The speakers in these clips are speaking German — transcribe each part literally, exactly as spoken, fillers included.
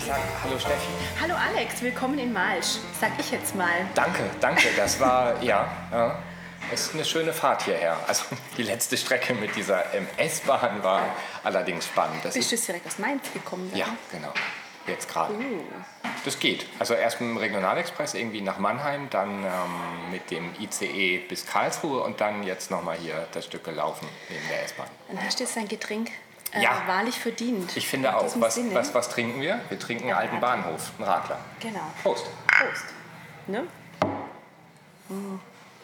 Sag, hallo Steffi. Hallo Alex, willkommen in Malsch, sag ich jetzt mal. Danke, danke, das war, ja, ja, es ist eine schöne Fahrt hierher. Also die letzte Strecke mit dieser ähm, S-Bahn war allerdings spannend. Das Bist du ist, direkt aus Mainz gekommen? ja, genau, jetzt gerade. Uh. Das geht. Also erst mit dem Regionalexpress irgendwie nach Mannheim, dann ähm, mit dem I C E bis Karlsruhe und dann jetzt nochmal hier das Stück gelaufen neben der S-Bahn. Dann hast du jetzt dein Getränk äh, Ja. wahrlich verdient. Ich finde In auch. diesem Was, Sinne. was, was trinken wir? Wir trinken Ja, alten Radler. Bahnhof, einen Radler. Genau. Prost. Prost. Ne? Mm.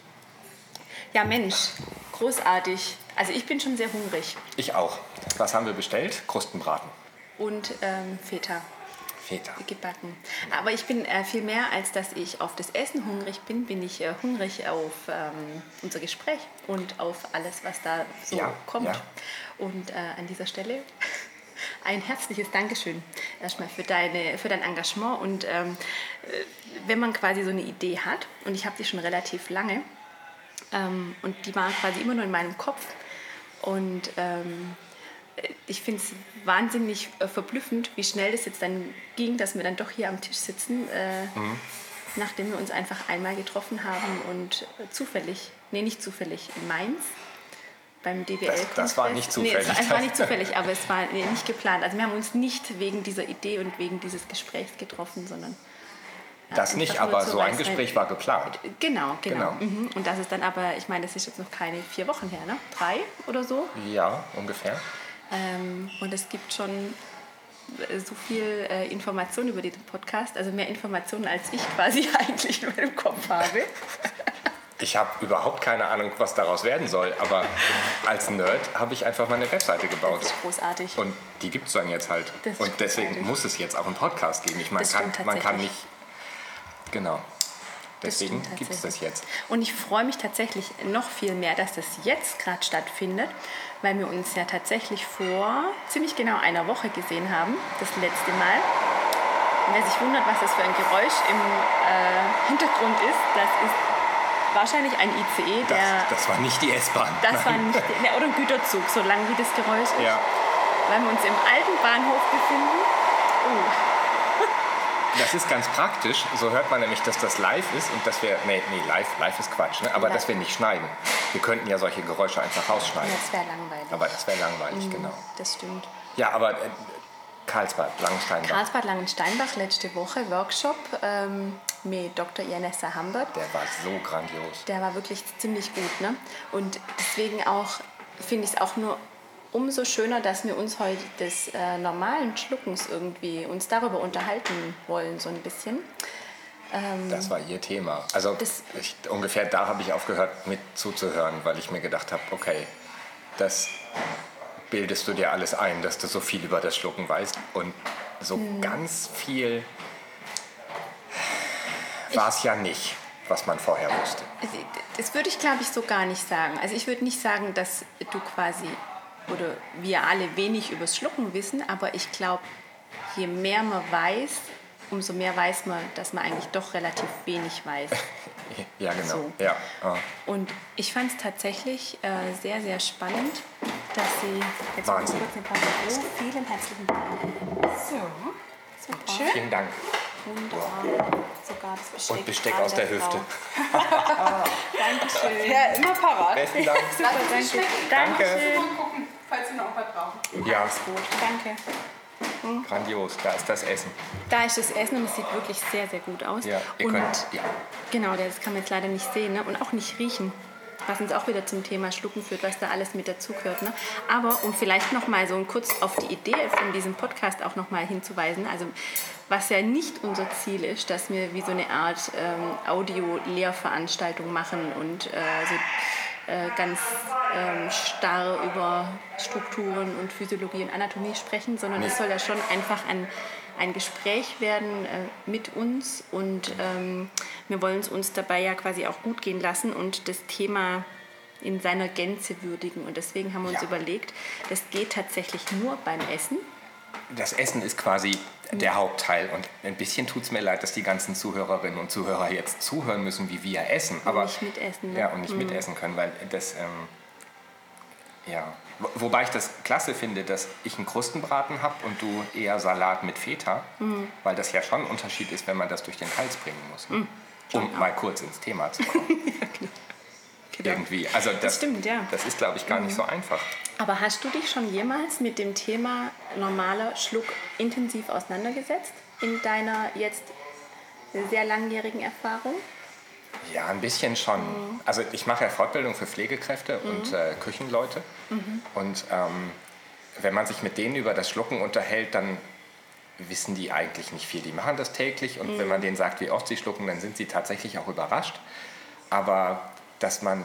Ja Mensch, großartig. Also ich bin schon sehr hungrig. Ich auch. Was haben wir bestellt? Krustenbraten. Und ähm, Feta. Feta. Gebacken. Aber ich bin äh, viel mehr, als dass ich auf das Essen hungrig bin, bin ich äh, hungrig auf ähm, unser Gespräch und auf alles, was da so Ja, kommt. ja. Und äh, an dieser Stelle ein herzliches Dankeschön erstmal für, deine, für dein Engagement. Und ähm, äh, wenn man quasi so eine Idee hat, und ich habe die schon relativ lange, ähm, und die waren quasi immer nur in meinem Kopf, und ähm, ich finde es wahnsinnig äh, verblüffend, wie schnell das jetzt dann ging, dass wir dann doch hier am Tisch sitzen, äh, Mhm. nachdem wir uns einfach einmal getroffen haben und äh, zufällig, nee, nicht zufällig, in Mainz beim D W L. Das- das war nicht Nee, zufällig. es, es war nicht zufällig, aber es war nee, nicht geplant. Also wir haben uns nicht wegen dieser Idee und wegen dieses Gesprächs getroffen, sondern ja, Das nicht, einfach nur aber zu so ein weiß, Gespräch war geplant. Genau, genau. Genau. Mhm. Und das ist dann aber, ich meine, das ist jetzt noch keine vier Wochen her, ne? Drei oder so. Ja, ungefähr. Ähm, und es gibt schon äh, so viel äh, Information über diesen Podcast, also mehr Informationen, als ich quasi eigentlich in meinem Kopf habe. Ich habe überhaupt keine Ahnung, was daraus werden soll, aber als Nerd habe ich einfach meine Webseite gebaut. Das ist großartig. Und die gibt es dann jetzt halt. Das ist Und deswegen großartig. muss es jetzt auch einen Podcast geben. Ich meine, Das kann, stimmt man kann tatsächlich. nicht... Genau. Das Deswegen stimmt gibt es das tatsächlich. jetzt. Und ich freue mich tatsächlich noch viel mehr, dass das jetzt gerade stattfindet, weil wir uns ja tatsächlich vor ziemlich genau einer Woche gesehen haben, das letzte Mal. Und wer sich wundert, was das für ein Geräusch im äh, Hintergrund ist, das ist wahrscheinlich ein I C E, der... Das, das war nicht die S-Bahn. Das Nein. war nicht, ne, oder ein Güterzug, so lang wie das Geräusch ist. Ja. Weil wir uns im alten Bahnhof befinden. Oh, Das ist ganz praktisch. So hört man nämlich, dass das live ist und dass wir... Nee, nee live, live ist Quatsch, ne? Aber Live. dass wir nicht schneiden. Wir könnten ja solche Geräusche einfach rausschneiden. das wäre langweilig. Aber das wäre langweilig, Mhm, genau. Das stimmt. Ja, aber äh, Karlsbad, Langensteinbach, Karlsbad Langensteinbach, letzte Woche Workshop ähm, mit Doktor Janessa Hambert. der war so grandios. Der war wirklich ziemlich gut. Ne? Und deswegen auch finde ich es auch nur umso schöner, dass wir uns heute des äh, normalen Schluckens irgendwie uns darüber unterhalten wollen, so ein bisschen. Ähm, Das war ihr Thema. Also Das- ich, ungefähr da habe ich aufgehört mit zuzuhören, weil ich mir gedacht habe, okay, das bildest du dir alles ein, dass du so viel über das Schlucken weißt. Und so Hm. ganz viel war es ja nicht, was man vorher wusste. Das würde ich, glaube ich, so gar nicht sagen. Also ich würde nicht sagen, dass du quasi oder wir alle wenig übers Schlucken wissen, aber ich glaube, je mehr man weiß, umso mehr weiß man, dass man eigentlich doch relativ wenig weiß. Ja, genau. So. Ja. Ah. Und ich fand es tatsächlich äh, sehr, sehr spannend, dass sie... Jetzt mal kurz Wahnsinn. eine Pause. Oh, vielen herzlichen Dank. So, super. Schön. Vielen Dank. Wunderbar. Sogar das Besteck, Und Besteck gerade aus der Frau. Hüfte. Dankeschön. Ja, immer parat. Besten Dank. Super, danke. Dankeschön. Mal gucken, falls Sie noch was brauchen. Ja, Alles gut, danke. grandios. Da ist das Essen. Da ist das Essen und es sieht wirklich sehr, sehr gut aus. Ja, ihr und könnt... Ja. genau, das kann man jetzt leider nicht sehen, ne? Und auch nicht riechen. Was uns auch wieder zum Thema Schlucken führt, was da alles mit dazugehört. Ne? Aber um vielleicht noch mal so kurz auf die Idee von diesem Podcast auch noch mal hinzuweisen, also was ja nicht unser Ziel ist, dass wir wie so eine Art ähm, Audio-Lehrveranstaltung machen und äh, so äh, ganz ähm, starr über Strukturen und Physiologie und Anatomie sprechen, sondern es soll ja schon einfach ein, ein Gespräch werden äh, mit uns und ähm, wir wollen es uns dabei ja quasi auch gut gehen lassen und das Thema in seiner Gänze würdigen. Und deswegen haben wir uns Ja. überlegt, das geht tatsächlich nur beim Essen. Das Essen ist quasi der Hauptteil und ein bisschen tut es mir leid, dass die ganzen Zuhörerinnen und Zuhörer jetzt zuhören müssen, wie wir essen. Aber, nicht mitessen, ne? Ja, und nicht Mhm. mitessen können, weil das, ähm, ja, Wobei ich das klasse finde, dass ich einen Krustenbraten habe und du eher Salat mit Feta, mhm. weil das ja schon ein Unterschied ist, wenn man das durch den Hals bringen muss. Ne? Mhm. Um mal kurz ins Thema zu kommen. Ja, genau. Irgendwie. Also das, das stimmt, ja. Das ist, glaube ich, gar mhm. nicht so einfach. Aber hast du dich schon jemals mit dem Thema normaler Schluck intensiv auseinandergesetzt in deiner jetzt sehr langjährigen Erfahrung? Ja, ein bisschen schon. Mhm. Also ich mache ja Fortbildung für Pflegekräfte mhm. und äh, Küchenleute. Mhm. Und ähm, wenn man sich mit denen über das Schlucken unterhält, dann wissen die eigentlich nicht viel. Die machen das täglich und mhm. wenn man denen sagt, wie oft sie schlucken, dann sind sie tatsächlich auch überrascht. Aber dass man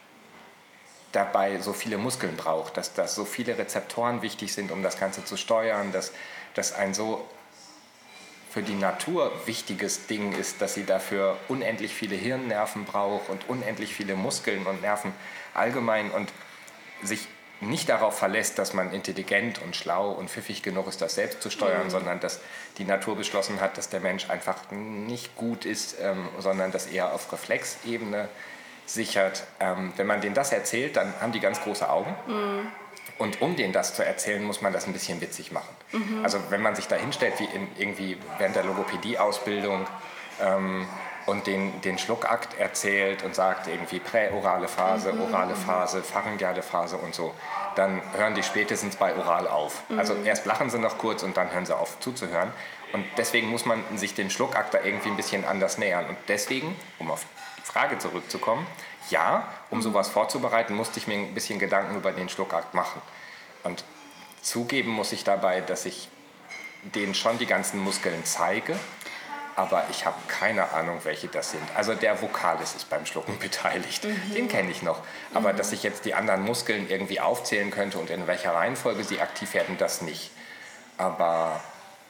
dabei so viele Muskeln braucht, dass, dass so viele Rezeptoren wichtig sind, um das Ganze zu steuern, dass, dass ein so für die Natur wichtiges Ding ist, dass sie dafür unendlich viele Hirnnerven braucht und unendlich viele Muskeln und Nerven allgemein und sich nicht darauf verlässt, dass man intelligent und schlau und pfiffig genug ist, das selbst zu steuern, mhm. sondern dass die Natur beschlossen hat, dass der Mensch einfach nicht gut ist, ähm, sondern das eher auf Reflexebene sichert. Ähm, wenn man denen das erzählt, dann haben die ganz große Augen. Mhm. Und um denen das zu erzählen, muss man das ein bisschen witzig machen. Mhm. Also wenn man sich da hinstellt, wie in, irgendwie während der Logopädie-Ausbildung ähm, und den, den Schluckakt erzählt und sagt irgendwie präorale Phase, mhm. orale Phase, pharyngeale Phase und so, dann hören die spätestens bei oral auf. Mhm. Also erst lachen sie noch kurz und dann hören sie auf zuzuhören. Und deswegen muss man sich den Schluckakt da irgendwie ein bisschen anders nähern. Und deswegen, um auf die Frage zurückzukommen, ja, um sowas vorzubereiten, musste ich mir ein bisschen Gedanken über den Schluckakt machen. Und zugeben muss ich dabei, dass ich denen schon die ganzen Muskeln zeige, aber ich habe keine Ahnung, welche das sind. Also der Vokalis ist beim Schlucken beteiligt, mhm. den kenne ich noch. Aber mhm. dass ich jetzt die anderen Muskeln irgendwie aufzählen könnte und in welcher Reihenfolge sie aktiv werden, das nicht. Aber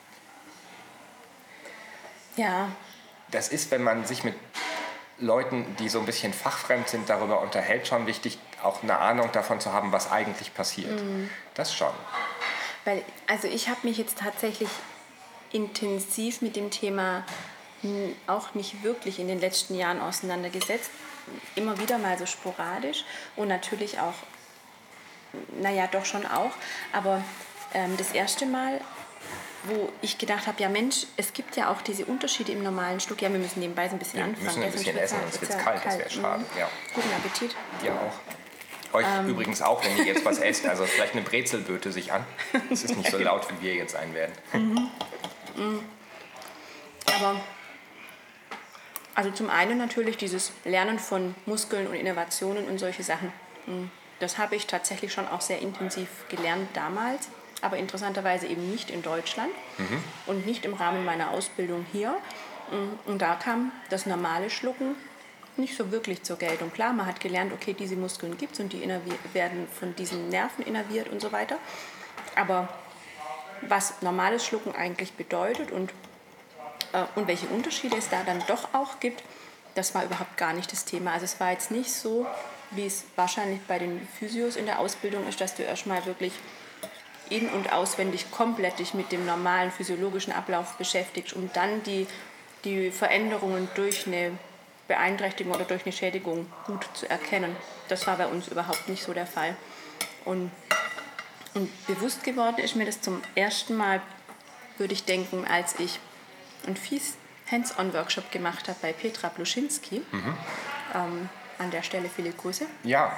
ja. Das ist, wenn man sich mit Leuten, die so ein bisschen fachfremd sind, darüber unterhält, schon wichtig, auch eine Ahnung davon zu haben, was eigentlich passiert. Mhm. Das schon. Weil, also ich habe mich jetzt tatsächlich intensiv mit dem Thema auch nicht wirklich in den letzten Jahren auseinandergesetzt. Immer wieder mal so sporadisch und natürlich auch, naja, doch schon auch. Aber ähm, das erste Mal, wo ich gedacht habe, ja Mensch, es gibt ja auch diese Unterschiede im normalen Schluck. Ja, wir müssen nebenbei so ein bisschen wir anfangen. Wir müssen ein bisschen essen, sonst wird es kalt, das wäre schade. Mhm. Ja. Guten Appetit. Dir auch. Euch ähm. übrigens auch, wenn ihr jetzt was esst. Also vielleicht eine Brezel böte sich an. Es ist nicht so laut, wie wir jetzt sein werden. Mhm. Mhm. Aber, also zum einen natürlich dieses Lernen von Muskeln und Innovationen und solche Sachen. Das habe ich tatsächlich schon auch sehr intensiv gelernt damals. Aber interessanterweise eben nicht in Deutschland mhm. und nicht im Rahmen meiner Ausbildung hier. Und da kam das normale Schlucken nicht so wirklich zur Geltung. Klar, man hat gelernt, okay, diese Muskeln gibt es und die werden von diesen Nerven innerviert und so weiter. Aber was normales Schlucken eigentlich bedeutet und, äh, und welche Unterschiede es da dann doch auch gibt, das war überhaupt gar nicht das Thema. Also es war jetzt nicht so, wie es wahrscheinlich bei den Physios in der Ausbildung ist, dass du erstmal wirklich in- und auswendig komplett dich mit dem normalen physiologischen Ablauf beschäftigst, um dann die, die Veränderungen durch eine Beeinträchtigung oder durch eine Schädigung gut zu erkennen. Das war bei uns überhaupt nicht so der Fall. Und, und bewusst geworden ist mir das zum ersten Mal, würde ich denken, als ich einen Fies Hands-on-Workshop gemacht habe bei Petra Bluschinski. Mhm. Ähm, an der Stelle viele Grüße. Ja.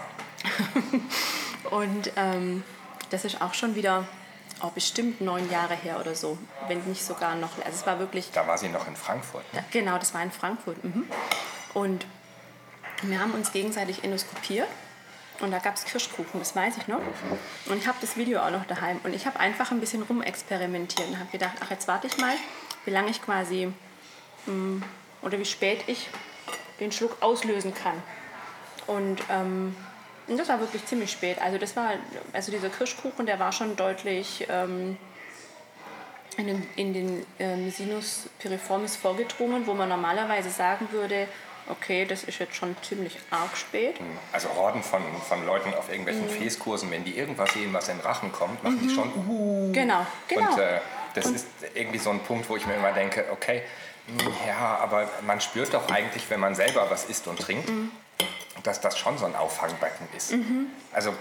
Und ähm, das ist auch schon wieder oh, bestimmt neun Jahre her oder so, wenn nicht sogar noch. Also es war wirklich. Da war sie noch in Frankfurt. Ne? Da, genau, das war in Frankfurt. Mhm. Und wir haben uns gegenseitig endoskopiert und da gab es Kirschkuchen, das weiß ich noch. Und ich habe das Video auch noch daheim und ich habe einfach ein bisschen rumexperimentiert und habe gedacht, ach jetzt warte ich mal, wie lange ich quasi mh, oder wie spät ich den Schluck auslösen kann. Und ähm, Und das war wirklich ziemlich spät. Also das war, also dieser Kirschkuchen, der war schon deutlich ähm, in den, in den ähm, Sinus piriformis vorgedrungen, wo man normalerweise sagen würde, okay, das ist jetzt schon ziemlich arg spät. Also Horden von, von Leuten auf irgendwelchen mhm. Fräskursen, wenn die irgendwas sehen, was in den Rachen kommt, machen mhm. die schon uhu. Genau, genau. Und äh, das Und ist irgendwie so ein Punkt, wo ich mir immer denke, okay, ja, aber man spürt doch eigentlich, wenn man selber was isst und trinkt, mhm. dass das schon so ein Auffangbecken ist. Mhm. Also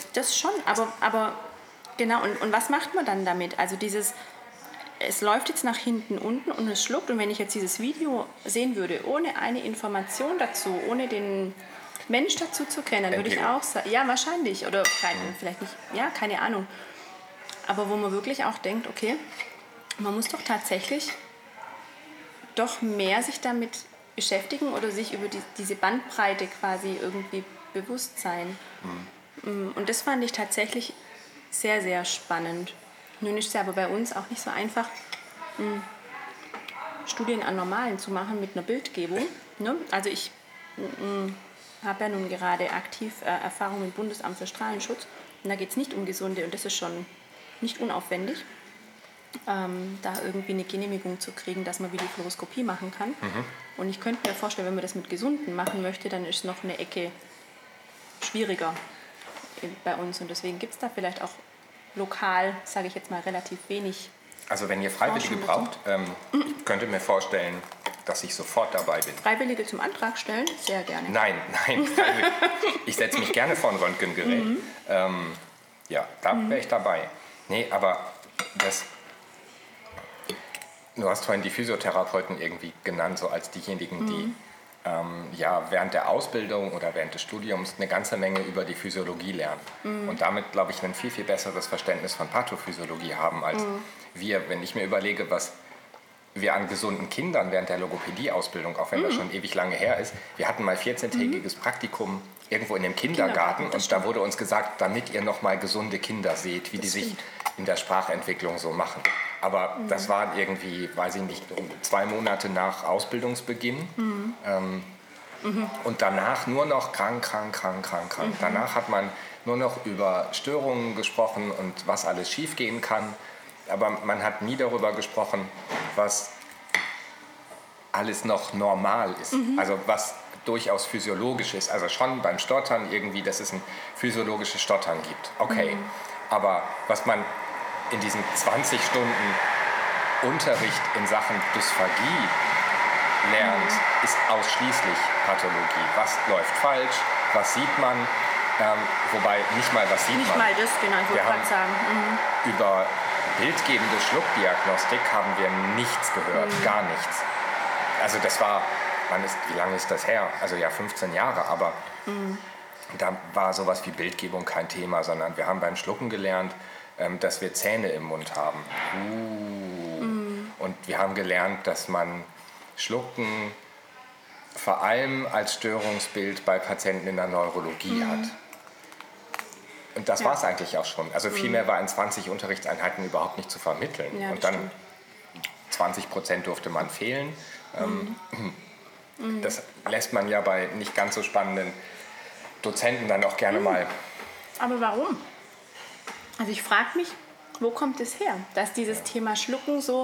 Das schon, aber, aber genau, und, und was macht man dann damit? Also dieses, es läuft jetzt nach hinten unten und es schluckt, und wenn ich jetzt dieses Video sehen würde, ohne eine Information dazu, ohne den Mensch dazu zu kennen, würde ich auch sagen, ja, wahrscheinlich, oder kein, vielleicht nicht, ja, keine Ahnung. Aber wo man wirklich auch denkt, okay, man muss doch tatsächlich doch mehr sich damit beschäftigen oder sich über die, diese Bandbreite quasi irgendwie bewusst sein. Mhm. Und das fand ich tatsächlich sehr, sehr spannend. Nun ist es aber bei uns auch nicht so einfach, mh, Studien an Normalen zu machen mit einer Bildgebung. Ne? Also ich habe ja nun gerade aktiv äh, Erfahrung im Bundesamt für Strahlenschutz, und da geht es nicht um Gesunde, und das ist schon nicht unaufwendig, ähm, da irgendwie eine Genehmigung zu kriegen, dass man Videofluoroskopie machen kann. Mhm. Und ich könnte mir vorstellen, wenn man das mit Gesunden machen möchte, dann ist es noch eine Ecke schwieriger bei uns, und deswegen gibt es da vielleicht auch lokal, sage ich jetzt mal, relativ wenig. Also wenn ihr Freiwillige braucht, ähm, mhm. könnt ihr mir vorstellen, dass ich sofort dabei bin. Freiwillige zum Antrag stellen? Sehr gerne. Nein, nein, freiwillig. Ich setze mich gerne vor ein Röntgengerät. Mhm. Ähm, ja, da mhm. wäre ich dabei. Nee, aber das... Du hast vorhin die Physiotherapeuten irgendwie genannt, so als diejenigen, die mhm. ähm, ja, während der Ausbildung oder während des Studiums eine ganze Menge über die Physiologie lernen. Mhm. Und damit, glaube ich, ein viel, viel besseres Verständnis von Pathophysiologie haben als mhm. wir. Wenn ich mir überlege, was wir an gesunden Kindern während der Logopädie-Ausbildung, auch wenn mhm. das schon ewig lange her ist, wir hatten mal vierzehntägiges mhm. Praktikum irgendwo in dem Kindergarten, Kindergarten und da wurde uns gesagt, damit ihr noch mal gesunde Kinder seht, wie das die stimmt. sich in der Sprachentwicklung so machen. Aber mhm. das waren irgendwie, weiß ich nicht, zwei Monate nach Ausbildungsbeginn. Mhm. Ähm, mhm. Und danach nur noch krank, krank, krank, krank, krank. Mhm. Danach hat man nur noch über Störungen gesprochen und was alles schiefgehen kann. Aber man hat nie darüber gesprochen, was alles noch normal ist. Mhm. Also was durchaus physiologisch ist. Also schon beim Stottern irgendwie, dass es ein physiologisches Stottern gibt. Okay, mhm. aber was man in diesen zwanzig Stunden Unterricht in Sachen Dysphagie lernt, mhm. ist ausschließlich Pathologie. Was läuft falsch? Was sieht man? Ähm, wobei nicht mal was sieht nicht man. Nicht mal das, genau, ich wollte gerade sagen. Mhm. Über bildgebende Schluckdiagnostik haben wir nichts gehört, mhm. gar nichts. Also das war, wann ist, wie lange ist das her? Also ja, fünfzehn Jahre, aber mhm. da war sowas wie Bildgebung kein Thema, sondern wir haben beim Schlucken gelernt, dass wir Zähne im Mund haben. Uh. Mm. Und wir haben gelernt, dass man Schlucken vor allem als Störungsbild bei Patienten in der Neurologie mm. hat. Und das ja. war es eigentlich auch schon. Also viel mm. mehr war in zwanzig Unterrichtseinheiten überhaupt nicht zu vermitteln. Ja, und dann stimmt. zwanzig Prozent durfte man fehlen. Mm. Ähm, das lässt man ja bei nicht ganz so spannenden Dozenten dann auch gerne mm. mal. Aber warum? Also ich frage mich, wo kommt es her, dass dieses Thema Schlucken so...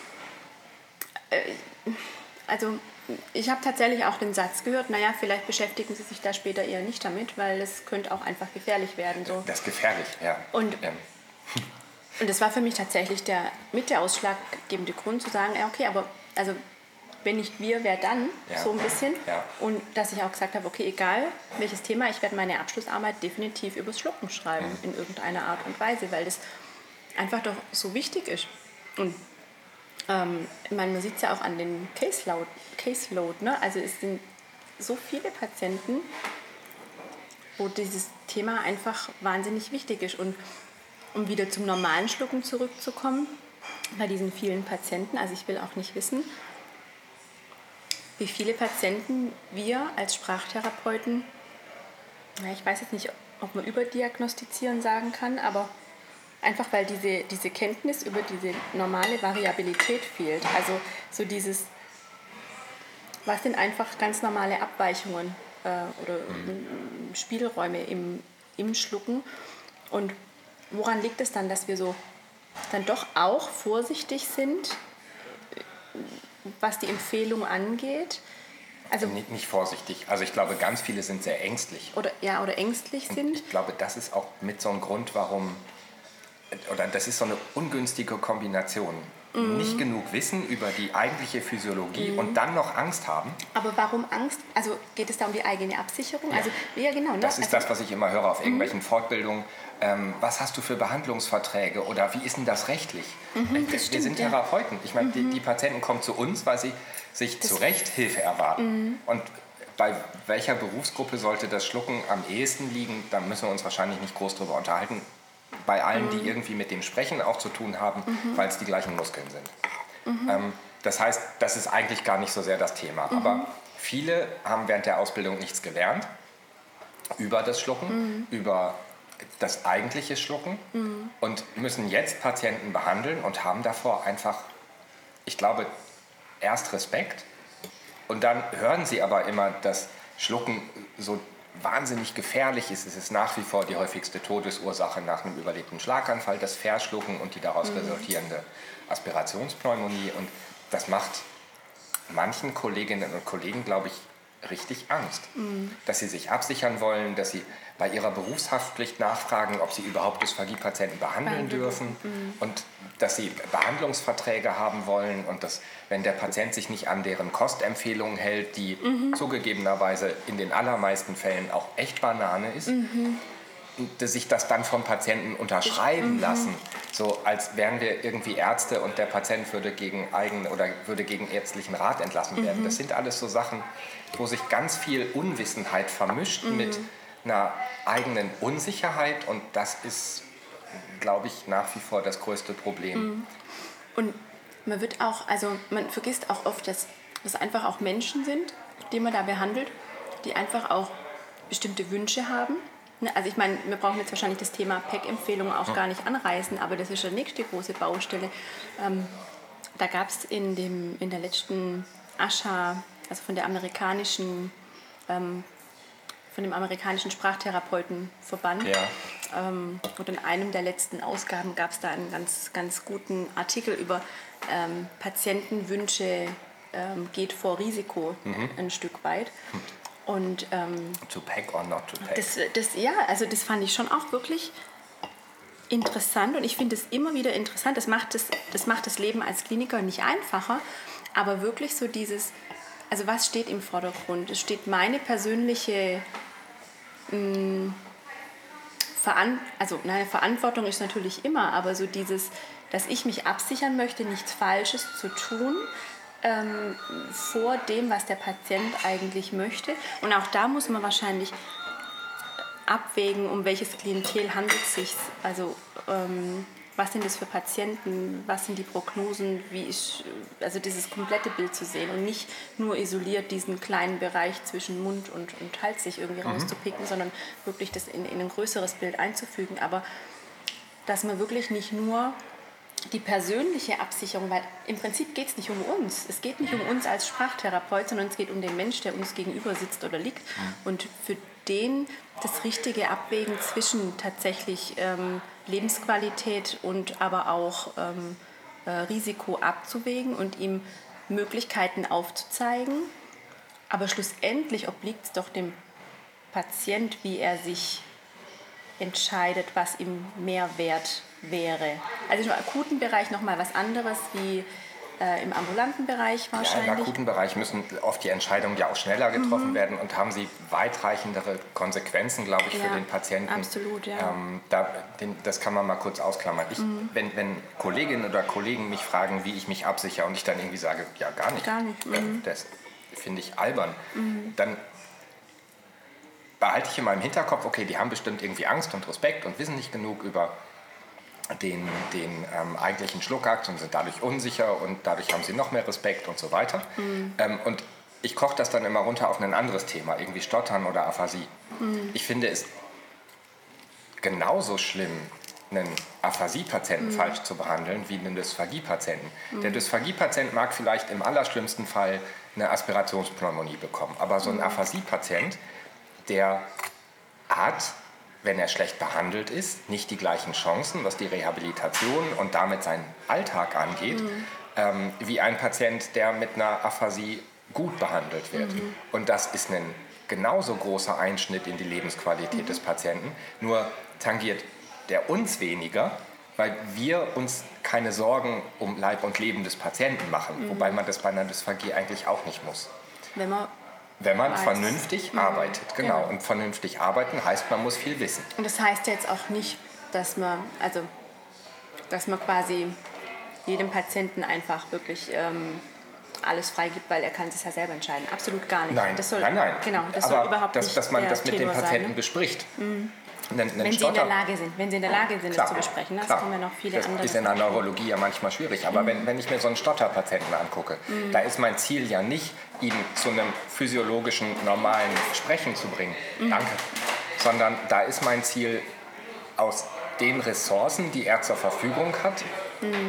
Äh, also ich habe tatsächlich auch den Satz gehört, naja, vielleicht beschäftigen Sie sich da später eher nicht damit, weil es könnte auch einfach gefährlich werden. So. Das ist gefährlich, ja. Und, ähm. und das war für mich tatsächlich der mit der ausschlaggebende Grund zu sagen, ja, okay, aber also wenn nicht wir, wer dann? Ja. So ein bisschen. Ja. Und dass ich auch gesagt habe, okay, egal welches Thema, ich werde meine Abschlussarbeit definitiv übers Schlucken schreiben, mhm. in irgendeiner Art und Weise, weil das einfach doch so wichtig ist. Und ähm, ich meine, man sieht es ja auch an den Caseload, Caseload, ne? Also es sind so viele Patienten, wo dieses Thema einfach wahnsinnig wichtig ist. Und um wieder zum normalen Schlucken zurückzukommen, bei diesen vielen Patienten, also ich will auch nicht wissen, wie viele Patienten wir als Sprachtherapeuten, na, ich weiß jetzt nicht, ob man überdiagnostizieren sagen kann, aber einfach weil diese, diese Kenntnis über diese normale Variabilität fehlt. Also so dieses, was sind einfach ganz normale Abweichungen äh, oder mhm. Spielräume im, im Schlucken, und woran liegt es dann, dass wir so dann doch auch vorsichtig sind, was die Empfehlung angeht? Also nicht, nicht vorsichtig. Also ich glaube, ganz viele sind sehr ängstlich. Oder, ja, oder ängstlich Und sind. Ich glaube, das ist auch mit so ein Grund, warum, oder das ist so eine ungünstige Kombination. mhm. nicht genug wissen über die eigentliche Physiologie mhm. und dann noch Angst haben. Aber warum Angst? Also geht es da um die eigene Absicherung? Ja, also, ja genau. Ne? Das ist also, das, was ich immer höre auf irgendwelchen mhm. Fortbildungen. Ähm, was hast du für Behandlungsverträge oder wie ist denn das rechtlich? Mhm, wir, das wir stimmt, sind ja. Therapeuten. Ich meine, mhm. die, die Patienten kommen zu uns, weil sie sich das zu Recht Hilfe erwarten. Mhm. Und bei welcher Berufsgruppe sollte das Schlucken am ehesten liegen? Da müssen wir uns wahrscheinlich nicht groß drüber unterhalten. Bei allen, mhm. die irgendwie mit dem Sprechen auch zu tun haben, mhm. weil es die gleichen Muskeln sind. Mhm. Ähm, das heißt, das ist eigentlich gar nicht so sehr das Thema. Mhm. Aber viele haben während der Ausbildung nichts gelernt über das Schlucken, mhm. über das eigentliche Schlucken mhm. und müssen jetzt Patienten behandeln und haben davor einfach, ich glaube, erst Respekt. Und dann hören sie aber immer, dass Schlucken so wahnsinnig gefährlich ist. Es ist nach wie vor die häufigste Todesursache nach einem überlebten Schlaganfall, das Verschlucken und die daraus mhm. resultierende Aspirationspneumonie. Und das macht manchen Kolleginnen und Kollegen, glaube ich, richtig Angst. Mhm. Dass sie sich absichern wollen, dass sie bei ihrer Berufshaftpflicht nachfragen, ob sie überhaupt Dysphagie-Patienten behandeln dürfen mhm. und dass sie Behandlungsverträge haben wollen und dass, wenn der Patient sich nicht an deren Kostempfehlungen hält, die mhm. zugegebenerweise in den allermeisten Fällen auch echt Banane ist, mhm. dass sich das dann vom Patienten unterschreiben mhm. lassen, so als wären wir irgendwie Ärzte und der Patient würde gegen eigen oder würde gegen ärztlichen Rat entlassen werden. Mhm. Das sind alles so Sachen, wo sich ganz viel Unwissenheit vermischt mhm. mit einer eigenen Unsicherheit und das ist, glaube ich, nach wie vor das größte Problem. Und man wird auch, also man vergisst auch oft, dass das einfach auch Menschen sind, die man da behandelt, die einfach auch bestimmte Wünsche haben. Also ich meine, wir brauchen jetzt wahrscheinlich das Thema P E C-Empfehlungen auch gar nicht anreißen, aber das ist ja die nächste große Baustelle. Ähm, da gab es in, dem, in der letzten A S H A, also von der amerikanischen ähm, von dem amerikanischen Sprachtherapeutenverband. Ja. Ähm, und in einem der letzten Ausgaben gab es da einen ganz, ganz guten Artikel über ähm, Patientenwünsche ähm, geht vor Risiko mhm. ein Stück weit. Und, ähm, to pack or not to pack. Das, das, ja, also das fand ich schon auch wirklich interessant und ich finde es immer wieder interessant. Das macht das, das macht das Leben als Kliniker nicht einfacher, aber wirklich so dieses, also was steht im Vordergrund? Es steht meine persönliche mh, Veran- also nein, Verantwortung ist natürlich immer, aber so dieses, dass ich mich absichern möchte, nichts Falsches zu tun ähm, vor dem, was der Patient eigentlich möchte. Und auch da muss man wahrscheinlich abwägen, um welches Klientel handelt es sich. Also ähm, was sind das für Patienten, was sind die Prognosen, wie ist, also dieses komplette Bild zu sehen und nicht nur isoliert diesen kleinen Bereich zwischen Mund und, und Hals sich irgendwie mhm. rauszupicken, sondern wirklich das in, in ein größeres Bild einzufügen. Aber dass man wirklich nicht nur die persönliche Absicherung, weil im Prinzip geht es nicht um uns. Es geht nicht um uns als Sprachtherapeut, sondern es geht um den Mensch, der uns gegenüber sitzt oder liegt. Mhm. Und für den das richtige Abwägen zwischen tatsächlich ähm, Lebensqualität und aber auch ähm, äh, Risiko abzuwägen und ihm Möglichkeiten aufzuzeigen. Aber schlussendlich obliegt es doch dem Patient, wie er sich entscheidet, was ihm mehr wert wäre. Also im akuten Bereich nochmal was anderes wie äh, im ambulanten Bereich wahrscheinlich. Ja, im akuten Bereich müssen oft die Entscheidungen ja auch schneller getroffen mhm. werden und haben sie weitreichendere Konsequenzen, glaube ich, ja, für den Patienten. Absolut, ja. Ähm, da, den, das kann man mal kurz ausklammern. Ich, mhm. wenn, wenn Kolleginnen oder Kollegen mich fragen, wie ich mich absichere und ich dann irgendwie sage, ja gar nicht, gar nicht. Mhm. das finde ich albern, mhm. dann behalte ich in meinem Hinterkopf, okay, die haben bestimmt irgendwie Angst und Respekt und wissen nicht genug über den, den ähm, eigentlichen Schluckakt und sind dadurch unsicher und dadurch haben sie noch mehr Respekt und so weiter. Mhm. Ähm, und ich koche das dann immer runter auf ein anderes Thema, irgendwie Stottern oder Aphasie. Mhm. Ich finde es genauso schlimm, einen Aphasie-Patienten mhm. falsch zu behandeln, wie einen Dysphagie-Patienten. Mhm. Der Dysphagie-Patient mag vielleicht im allerschlimmsten Fall eine Aspirationspneumonie bekommen, aber so ein mhm. Aphasie-Patient, der hat, wenn er schlecht behandelt ist, nicht die gleichen Chancen, was die Rehabilitation und damit seinen Alltag angeht, mhm. ähm, wie ein Patient, der mit einer Aphasie gut behandelt wird. Mhm. Und das ist ein genauso großer Einschnitt in die Lebensqualität mhm. des Patienten, nur tangiert der uns weniger, weil wir uns keine Sorgen um Leib und Leben des Patienten machen, mhm. wobei man das bei einer Dysphagie eigentlich auch nicht muss. Wenn man, Wenn man weiß. vernünftig mhm. arbeitet, genau. genau. Und vernünftig arbeiten heißt, man muss viel wissen. Und das heißt jetzt auch nicht, dass man, also, dass man quasi jedem Patienten einfach wirklich ähm, alles freigibt, weil er kann sich ja selber entscheiden. Absolut gar nicht. Nein, das soll, nein, nein. Genau, das aber soll überhaupt dass, nicht dass man der das mit Tenor den Patienten sein, ne? bespricht. Mhm. Einen, einen wenn sie in der Lage sind, wenn sie in der Lage sind, klar, das zu besprechen. Das klar. kommen ja noch viele das andere. Das ist in der Neurologie ja manchmal schwierig. Aber mhm. wenn, wenn ich mir so einen Stotterpatienten angucke, mhm. da ist mein Ziel ja nicht, ihn zu einem physiologischen, normalen Sprechen zu bringen. Mhm. Danke. Sondern da ist mein Ziel, aus den Ressourcen, die er zur Verfügung hat, mhm.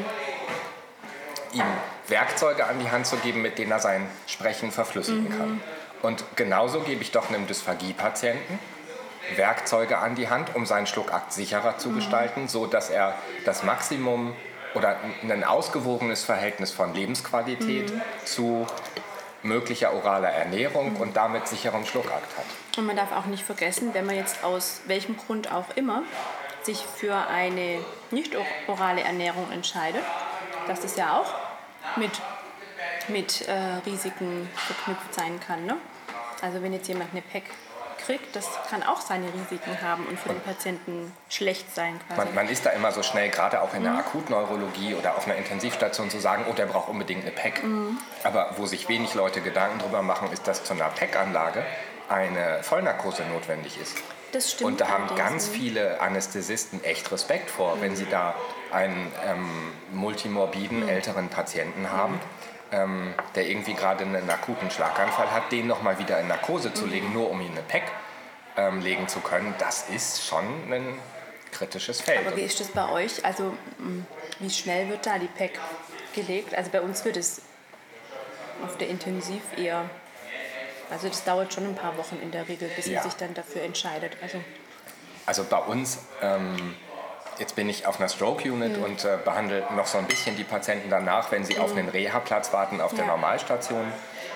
ihm Werkzeuge an die Hand zu geben, mit denen er sein Sprechen verflüssigen mhm. kann. Und genauso gebe ich doch einem Dysphagie-Patienten Werkzeuge an die Hand, um seinen Schluckakt sicherer zu mhm. gestalten, so dass er das Maximum oder ein ausgewogenes Verhältnis von Lebensqualität mhm. zu möglicher oraler Ernährung mhm. und damit sicherem Schluckakt hat. Und man darf auch nicht vergessen, wenn man jetzt aus welchem Grund auch immer sich für eine nicht orale Ernährung entscheidet, dass das ja auch mit, mit äh, Risiken verknüpft sein kann. Ne? Also wenn jetzt jemand eine P E C kriegt, das kann auch seine Risiken haben und für den Patienten schlecht sein. Quasi. Man, man ist da immer so schnell, gerade auch in der mhm. Akutneurologie oder auf einer Intensivstation zu sagen, oh, der braucht unbedingt eine P E C. Mhm. Aber wo sich wenig Leute Gedanken drüber machen, ist, dass zu einer P E C-Anlage eine Vollnarkose notwendig ist. Das stimmt. Und da haben ganz viele Anästhesisten echt Respekt vor, mhm. wenn sie da einen ähm, multimorbiden mhm. älteren Patienten haben, mhm. ähm, der irgendwie gerade einen akuten Schlaganfall hat, den nochmal wieder in Narkose zu legen, mhm. nur um ihn eine P E C ähm, legen zu können. Das ist schon ein kritisches Feld. Aber wie ist das bei euch? Also wie schnell wird da die P E C gelegt? Also bei uns wird es auf der Intensiv eher... Also das dauert schon ein paar Wochen in der Regel, bis ja. man sich dann dafür entscheidet. Also, also bei uns, ähm, jetzt bin ich auf einer Stroke-Unit mhm. und äh, behandle noch so ein bisschen die Patienten danach, wenn sie mhm. auf einen Reha-Platz warten auf ja. der Normalstation.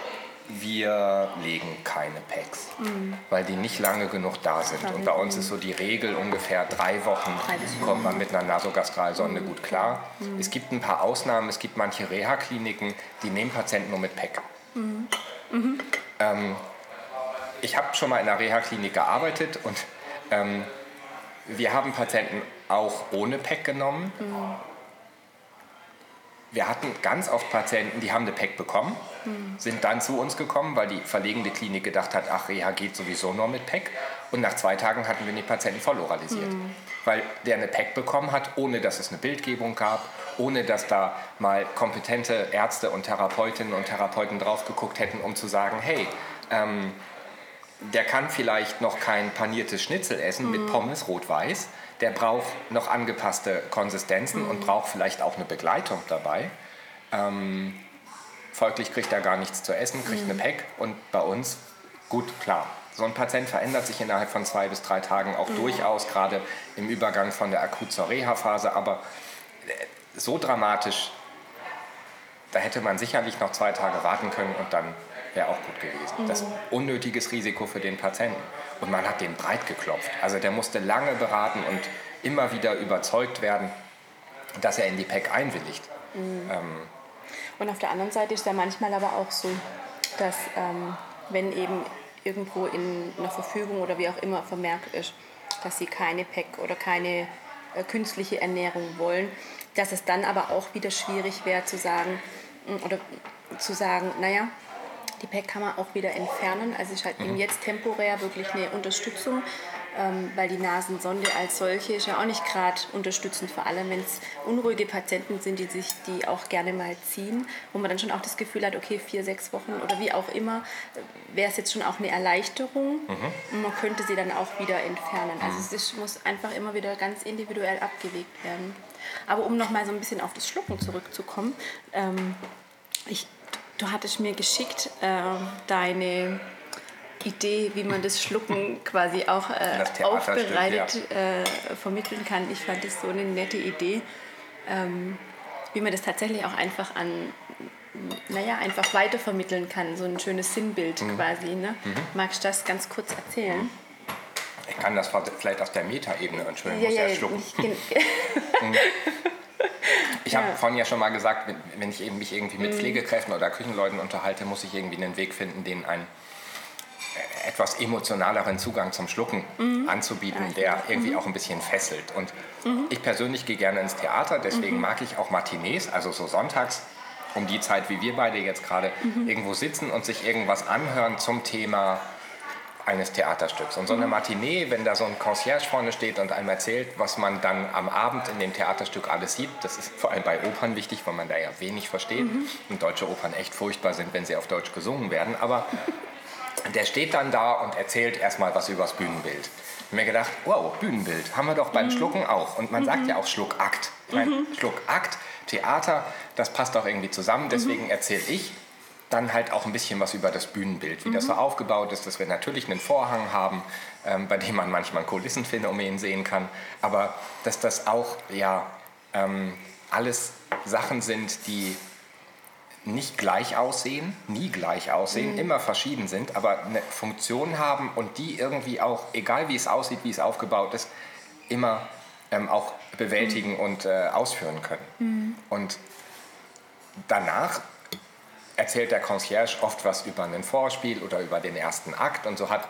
Wir legen keine P E Cs, mhm. weil die nicht lange genug da sind. Und bei uns ist so die Regel, ungefähr drei Wochen kommt man mit einer Nasogastralsonde mhm. gut klar. Mhm. Es gibt ein paar Ausnahmen, es gibt manche Reha-Kliniken, die nehmen Patienten nur mit P E C. Mhm. Mhm. Ähm, ich habe schon mal in einer Reha-Klinik gearbeitet und ähm, wir haben Patienten auch ohne P E C genommen. Mhm. Wir hatten ganz oft Patienten, die haben eine P E C bekommen, mhm. sind dann zu uns gekommen, weil die verlegende Klinik gedacht hat, ach, Reha geht sowieso nur mit P E C. Und nach zwei Tagen hatten wir die Patienten voll oralisiert. Mhm. Weil der eine P E C bekommen hat, ohne dass es eine Bildgebung gab, ohne dass da mal kompetente Ärzte und Therapeutinnen und Therapeuten drauf geguckt hätten, um zu sagen, hey, ähm, der kann vielleicht noch kein paniertes Schnitzel essen mhm. mit Pommes rot-weiß, der braucht noch angepasste Konsistenzen mhm. und braucht vielleicht auch eine Begleitung dabei. Ähm, folglich kriegt er gar nichts zu essen, kriegt mhm. eine P E C und bei uns, gut, klar. So ein Patient verändert sich innerhalb von zwei bis drei Tagen auch mhm. durchaus, gerade im Übergang von der Akut zur Reha-Phase. Aber so dramatisch, da hätte man sicherlich noch zwei Tage warten können und dann wäre auch gut gewesen. Mhm. Das ist unnötiges Risiko für den Patienten. Und man hat den breit geklopft. Also der musste lange beraten und immer wieder überzeugt werden, dass er in die P E C einwilligt. Mhm. Ähm, und auf der anderen Seite ist es ja manchmal aber auch so, dass ähm, wenn eben irgendwo in einer Verfügung oder wie auch immer vermerkt ist, dass sie keine P E C oder keine äh, künstliche Ernährung wollen, dass es dann aber auch wieder schwierig wäre zu sagen, oder zu sagen, naja, die P E C kann man auch wieder entfernen. Also es ist halt mhm. eben jetzt temporär wirklich eine Unterstützung, ähm, weil die Nasensonde als solche ist ja auch nicht gerade unterstützend, vor allem wenn es unruhige Patienten sind, die sich die auch gerne mal ziehen, wo man dann schon auch das Gefühl hat, okay, vier, sechs Wochen oder wie auch immer, wäre es jetzt schon auch eine Erleichterung mhm. und man könnte sie dann auch wieder entfernen. Also es ist, muss einfach immer wieder ganz individuell abgewegt werden. Aber um noch mal so ein bisschen auf das Schlucken zurückzukommen, ähm, ich, du hattest mir geschickt äh, deine Idee, wie man das Schlucken quasi auch äh, aufbereitet ja. äh, vermitteln kann. Ich fand das so eine nette Idee, ähm, wie man das tatsächlich auch einfach an, naja, einfach weitervermitteln kann, so ein schönes Sinnbild mhm. quasi. Ne? Mhm. Magst du das ganz kurz erzählen? Ich kann das vielleicht aus der Metaebene, Entschuldigung, ja, muss ja, erst schlucken. Ich, Ich habe Ja. vorhin ja schon mal gesagt, wenn- wenn ich eben mich irgendwie mit Pflegekräften oder Küchenleuten unterhalte, muss ich irgendwie einen Weg finden, denen einen äh, etwas emotionaleren Zugang zum Schlucken anzubieten, der irgendwie auch ein bisschen fesselt. Und ich persönlich gehe gerne ins Theater, deswegen mag ich auch Matinees, also so sonntags um die Zeit, wie wir beide jetzt gerade irgendwo sitzen und sich irgendwas anhören zum Thema eines Theaterstücks. Und so eine Matinee, wenn da so ein Concierge vorne steht und einem erzählt, was man dann am Abend in dem Theaterstück alles sieht, das ist vor allem bei Opern wichtig, weil man da ja wenig versteht und deutsche Opern echt furchtbar sind, wenn sie auf Deutsch gesungen werden, aber der steht dann da und erzählt erstmal was über das Bühnenbild. Ich habe mir gedacht, wow, Bühnenbild, haben wir doch beim Schlucken auch. Und man sagt ja auch Schluckakt. Ich meine, Schluckakt, Theater, das passt auch irgendwie zusammen, deswegen erzähle ich dann halt auch ein bisschen was über das Bühnenbild, wie das so aufgebaut ist, dass wir natürlich einen Vorhang haben, ähm, bei dem man manchmal ein Kulissenphänomen sehen kann, aber dass das auch ja, ähm, alles Sachen sind, die nicht gleich aussehen, nie gleich aussehen, immer verschieden sind, aber eine Funktion haben und die irgendwie auch, egal wie es aussieht, wie es aufgebaut ist, immer ähm, auch bewältigen und äh, ausführen können. Und danach erzählt der Concierge oft was über ein Vorspiel oder über den ersten Akt und so hat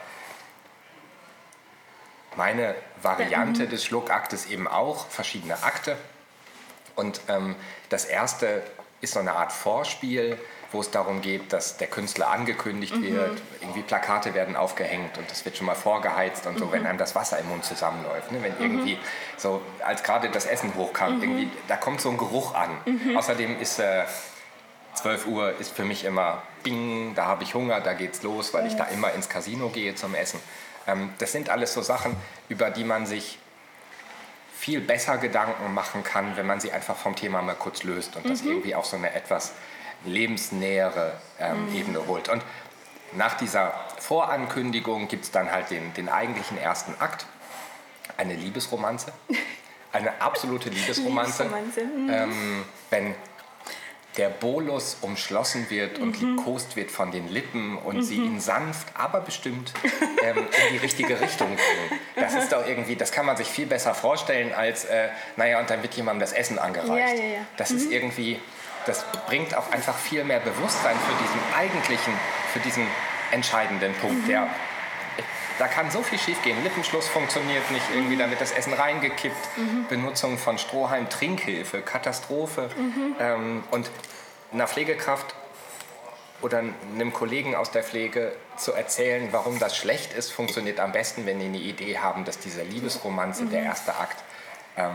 meine Variante des Schluckaktes eben auch verschiedene Akte und ähm, das erste ist so eine Art Vorspiel, wo es darum geht, dass der Künstler angekündigt wird, irgendwie Plakate werden aufgehängt und es wird schon mal vorgeheizt und so, wenn einem das Wasser im Mund zusammenläuft, ne? Wenn irgendwie so, als gerade das Essen hochkam, irgendwie, da kommt so ein Geruch an. Außerdem ist äh, zwölf Uhr ist für mich immer Bing, da habe ich Hunger, da geht's los, weil ich da immer ins Casino gehe zum Essen. Ähm, das sind alles so Sachen, über die man sich viel besser Gedanken machen kann, wenn man sie einfach vom Thema mal kurz löst und das irgendwie auf so eine etwas lebensnähere ähm, Ebene holt. Und nach dieser Vorankündigung gibt es dann halt den, den eigentlichen ersten Akt, eine Liebesromanze, eine absolute Liebesromanze, Liebesromanze, ähm, wenn der Bolus umschlossen wird und liebkost wird von den Lippen und sie ihn sanft, aber bestimmt ähm, in die richtige Richtung bringen. Das ist doch irgendwie, das kann man sich viel besser vorstellen als, äh, naja, und dann wird jemandem das Essen angereicht. Ja, ja, ja. Das ist irgendwie, das bringt auch einfach viel mehr Bewusstsein für diesen eigentlichen, für diesen entscheidenden Punkt, der da kann so viel schiefgehen. Lippenschluss funktioniert nicht, irgendwie damit das Essen reingekippt, Benutzung von Strohhalm, Trinkhilfe, Katastrophe. Ähm, und einer Pflegekraft oder einem Kollegen aus der Pflege zu erzählen, warum das schlecht ist, funktioniert am besten, wenn die eine Idee haben, dass diese Liebesromanze, der erste Akt, ähm,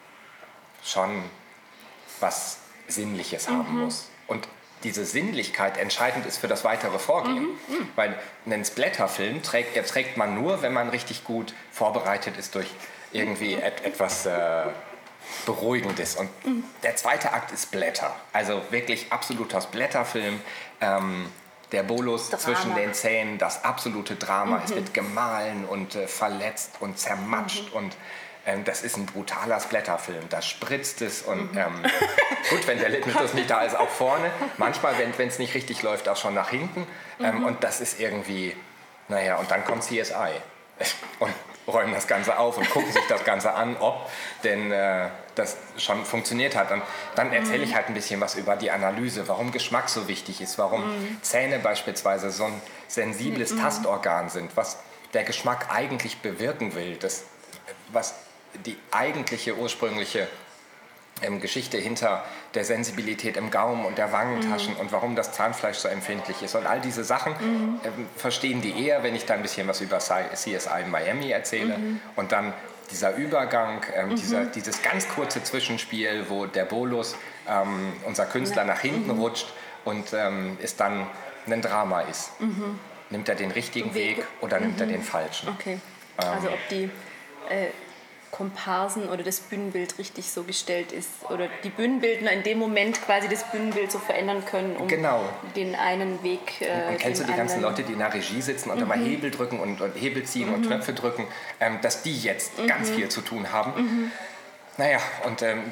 schon was Sinnliches haben muss. Und diese Sinnlichkeit entscheidend ist für das weitere Vorgehen. Mhm. Weil einen Splatterfilm trägt, der trägt man nur, wenn man richtig gut vorbereitet ist durch irgendwie et, etwas äh, Beruhigendes. Und mhm. der zweite Akt ist Splatter. Also wirklich absoluter Splatterfilm. Ähm, der Bolus Drama. Zwischen den Zähnen, das absolute Drama. Mhm. Es wird gemahlen und äh, verletzt und zermatscht mhm. und Ähm, das ist ein brutaler Splatterfilm. Da spritzt es und ähm, gut, wenn der Lippenschluss nicht da ist, auch vorne. Manchmal, wenn es nicht richtig läuft, auch schon nach hinten. Ähm, mhm. Und das ist irgendwie, naja, und dann kommt C S I und räumen das Ganze auf und gucken sich das Ganze an, ob denn äh, das schon funktioniert hat. Und dann erzähle ich halt ein bisschen was über die Analyse, warum Geschmack so wichtig ist, warum mhm. Zähne beispielsweise so ein sensibles mhm. Tastorgan sind, was der Geschmack eigentlich bewirken will, das, was die eigentliche ursprüngliche ähm, Geschichte hinter der Sensibilität im Gaumen und der Wangentaschen mhm. und warum das Zahnfleisch so empfindlich ist. Und all diese Sachen mhm. ähm, verstehen die eher, wenn ich da ein bisschen was über C S I Miami erzähle. Mhm. Und dann dieser Übergang, ähm, mhm. dieser, dieses ganz kurze Zwischenspiel, wo der Bolus, ähm, unser Künstler, nach hinten mhm. rutscht und ähm, es dann ein Drama ist. Mhm. Nimmt er den richtigen Weg, Weg oder mhm. nimmt er den falschen? Okay, also ob die äh, Komparsen oder das Bühnenbild richtig so gestellt ist oder die Bühnenbildner in dem Moment quasi das Bühnenbild so verändern können, um genau. den einen Weg äh, und kennst du die ganzen Leute, die in der Regie sitzen und mhm. immer Hebel drücken und, und Hebel ziehen mhm. und Knöpfe drücken, ähm, dass die jetzt mhm. ganz viel zu tun haben. Mhm. Naja, und ähm, das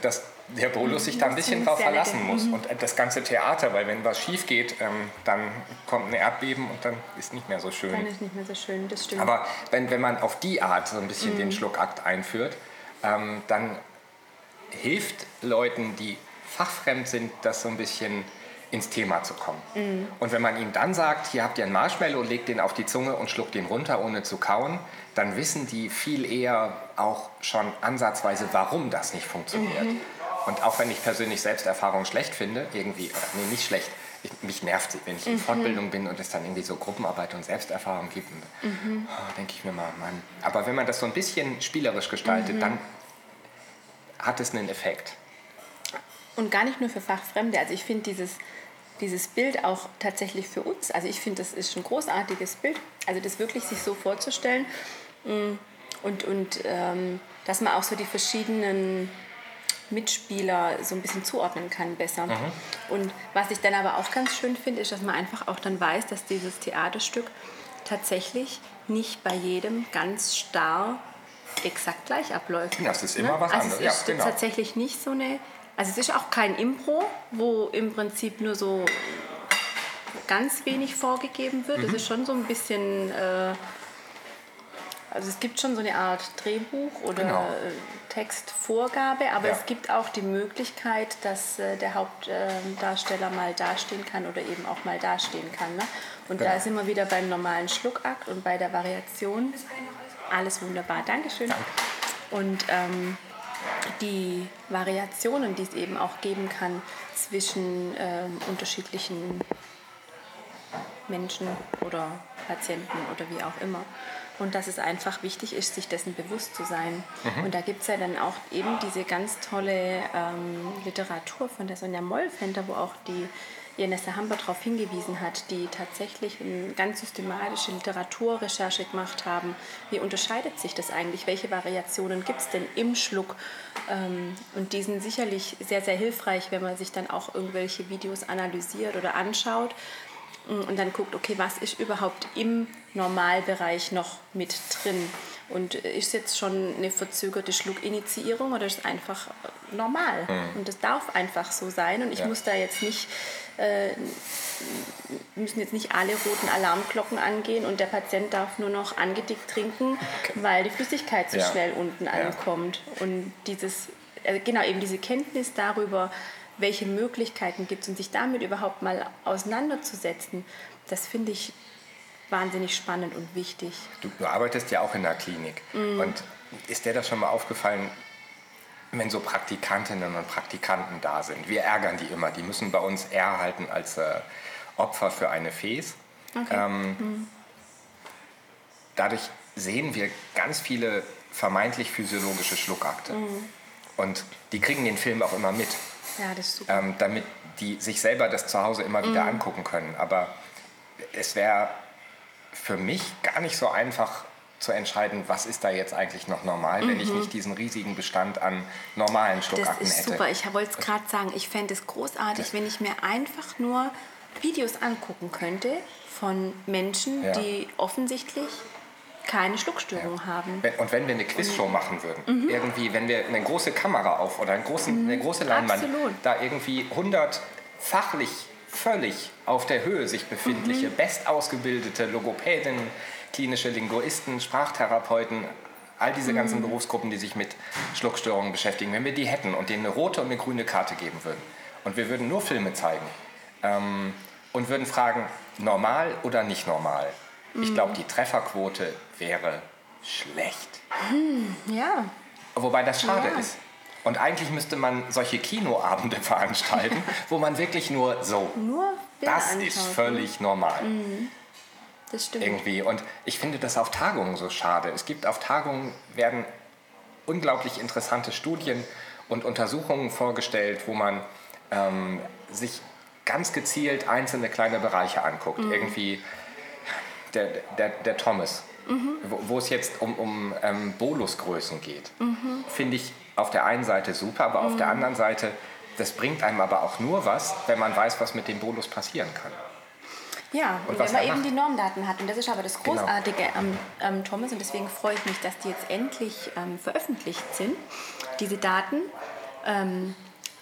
der Bolus sich da ein bisschen drauf verlassen muss. Mhm. Und das ganze Theater, weil wenn was schief geht, ähm, dann kommt ein Erdbeben und dann ist nicht mehr so schön. Dann ist nicht mehr so schön, das stimmt. Aber wenn, wenn man auf die Art so ein bisschen Mhm. den Schluckakt einführt, ähm, dann hilft Leuten, die fachfremd sind, das so ein bisschen ins Thema zu kommen. Mhm. Und wenn man ihnen dann sagt, hier habt ihr einen Marshmallow, legt den auf die Zunge und schluckt den runter, ohne zu kauen, dann wissen die viel eher auch schon ansatzweise, warum das nicht funktioniert. Mhm. Und auch wenn ich persönlich Selbsterfahrung schlecht finde, irgendwie, oder nee, nicht schlecht, ich, mich nervt sie, wenn ich in Fortbildung bin und es dann irgendwie so Gruppenarbeit und Selbsterfahrung gibt. Und, Mhm. oh, denke ich mir mal, Mann. Aber wenn man das so ein bisschen spielerisch gestaltet, Mhm. dann hat es einen Effekt. Und gar nicht nur für Fachfremde. Also ich finde dieses, dieses Bild auch tatsächlich für uns, also ich finde, das ist ein großartiges Bild. Also das wirklich sich so vorzustellen und, und ähm, dass man auch so die verschiedenen Mitspieler so ein bisschen zuordnen kann besser. Mhm. Und was ich dann aber auch ganz schön finde, ist, dass man einfach auch dann weiß, dass dieses Theaterstück tatsächlich nicht bei jedem ganz starr exakt gleich abläuft. Ja, es ist immer was also anderes. Es Ja, ist genau. tatsächlich nicht so eine... Also es ist auch kein Impro, wo im Prinzip nur so ganz wenig vorgegeben wird. Es Mhm. ist schon so ein bisschen... Äh, also es gibt schon so eine Art Drehbuch oder Genau. äh, Textvorgabe, aber Ja. es gibt auch die Möglichkeit, dass äh, der Hauptdarsteller mal dastehen kann oder eben auch mal dastehen kann. Ne? Und Genau. da sind wir wieder beim normalen Schluckakt und bei der Variation. Alles wunderbar, Dankeschön. Danke. Und ähm, die Variationen, die es eben auch geben kann zwischen ähm, unterschiedlichen Menschen oder Patienten oder wie auch immer. Und dass es einfach wichtig ist, sich dessen bewusst zu sein. Mhm. Und da gibt es ja dann auch eben diese ganz tolle ähm, Literatur von der Sonja Mollfender, wo auch die Jenessa Hamber darauf hingewiesen hat, die tatsächlich eine ganz systematische Literaturrecherche gemacht haben. Wie unterscheidet sich das eigentlich? Welche Variationen gibt es denn im Schluck? Ähm, und die sind sicherlich sehr, sehr hilfreich, wenn man sich dann auch irgendwelche Videos analysiert oder anschaut und dann guckt, okay, was ist überhaupt im Normalbereich noch mit drin? Und ist jetzt schon eine verzögerte Schluckinitiierung oder ist es einfach normal? Mhm. Und das darf einfach so sein. Und ich Ja. muss da jetzt nicht, äh, müssen jetzt nicht alle roten Alarmglocken angehen und der Patient darf nur noch angedickt trinken, Okay. weil die Flüssigkeit so Ja. schnell unten Ja. ankommt. Und dieses, äh, genau eben diese Kenntnis darüber, welche Möglichkeiten gibt es und sich damit überhaupt mal auseinanderzusetzen, das finde ich wahnsinnig spannend und wichtig. Du, du arbeitest ja auch in der Klinik. Und ist dir das schon mal aufgefallen, wenn so Praktikantinnen und Praktikanten da sind? Wir ärgern die immer. Die müssen bei uns eher halten als äh, Opfer für eine Fes. Okay. Ähm, Dadurch sehen wir ganz viele vermeintlich physiologische Schluckakte. Und die kriegen den Film auch immer mit, Ja, das ist super. ähm, damit die sich selber das zu Hause immer wieder angucken können. Aber es wäre für mich gar nicht so einfach zu entscheiden, was ist da jetzt eigentlich noch normal, wenn ich nicht diesen riesigen Bestand an normalen Das Schluckakten ist hätte. super. Ich wollte es gerade sagen, ich fände es großartig, Das- wenn ich mir einfach nur Videos angucken könnte von Menschen, Ja. die offensichtlich keine Schluckstörung haben. Wenn, und wenn wir eine Quizshow machen würden, irgendwie, wenn wir eine große Kamera auf oder einen großen, eine große Leinwand, Absolut. da irgendwie hundert fachlich völlig auf der Höhe sich befindliche, bestausgebildete Logopädinnen, klinische Linguisten, Sprachtherapeuten, all diese ganzen Berufsgruppen, die sich mit Schluckstörungen beschäftigen, wenn wir die hätten und denen eine rote und eine grüne Karte geben würden und wir würden nur Filme zeigen ähm, und würden fragen, normal oder nicht normal? Ich glaube, die Trefferquote wäre schlecht. Ja, Wobei das schade Ja. ist. Und eigentlich müsste man solche Kinoabende veranstalten, wo man wirklich nur so, nur Bilder das anschaut, ist ne? völlig normal. Das stimmt. Irgendwie. Und ich finde das auf Tagungen so schade. Es gibt auf Tagungen, werden unglaublich interessante Studien und Untersuchungen vorgestellt, wo man ähm, sich ganz gezielt einzelne kleine Bereiche anguckt. Irgendwie der, der, der Thomas, wo, wo es jetzt um, um ähm, Bolusgrößen geht, finde ich auf der einen Seite super, aber auf der anderen Seite, das bringt einem aber auch nur was, wenn man weiß, was mit dem Bolus passieren kann. Ja, und, Und wenn was man er eben macht. die Normdaten hat. Und das ist aber das Genau. Großartige am am Thomas. Und deswegen freue ich mich, dass die jetzt endlich ähm, veröffentlicht sind, diese Daten. Ähm,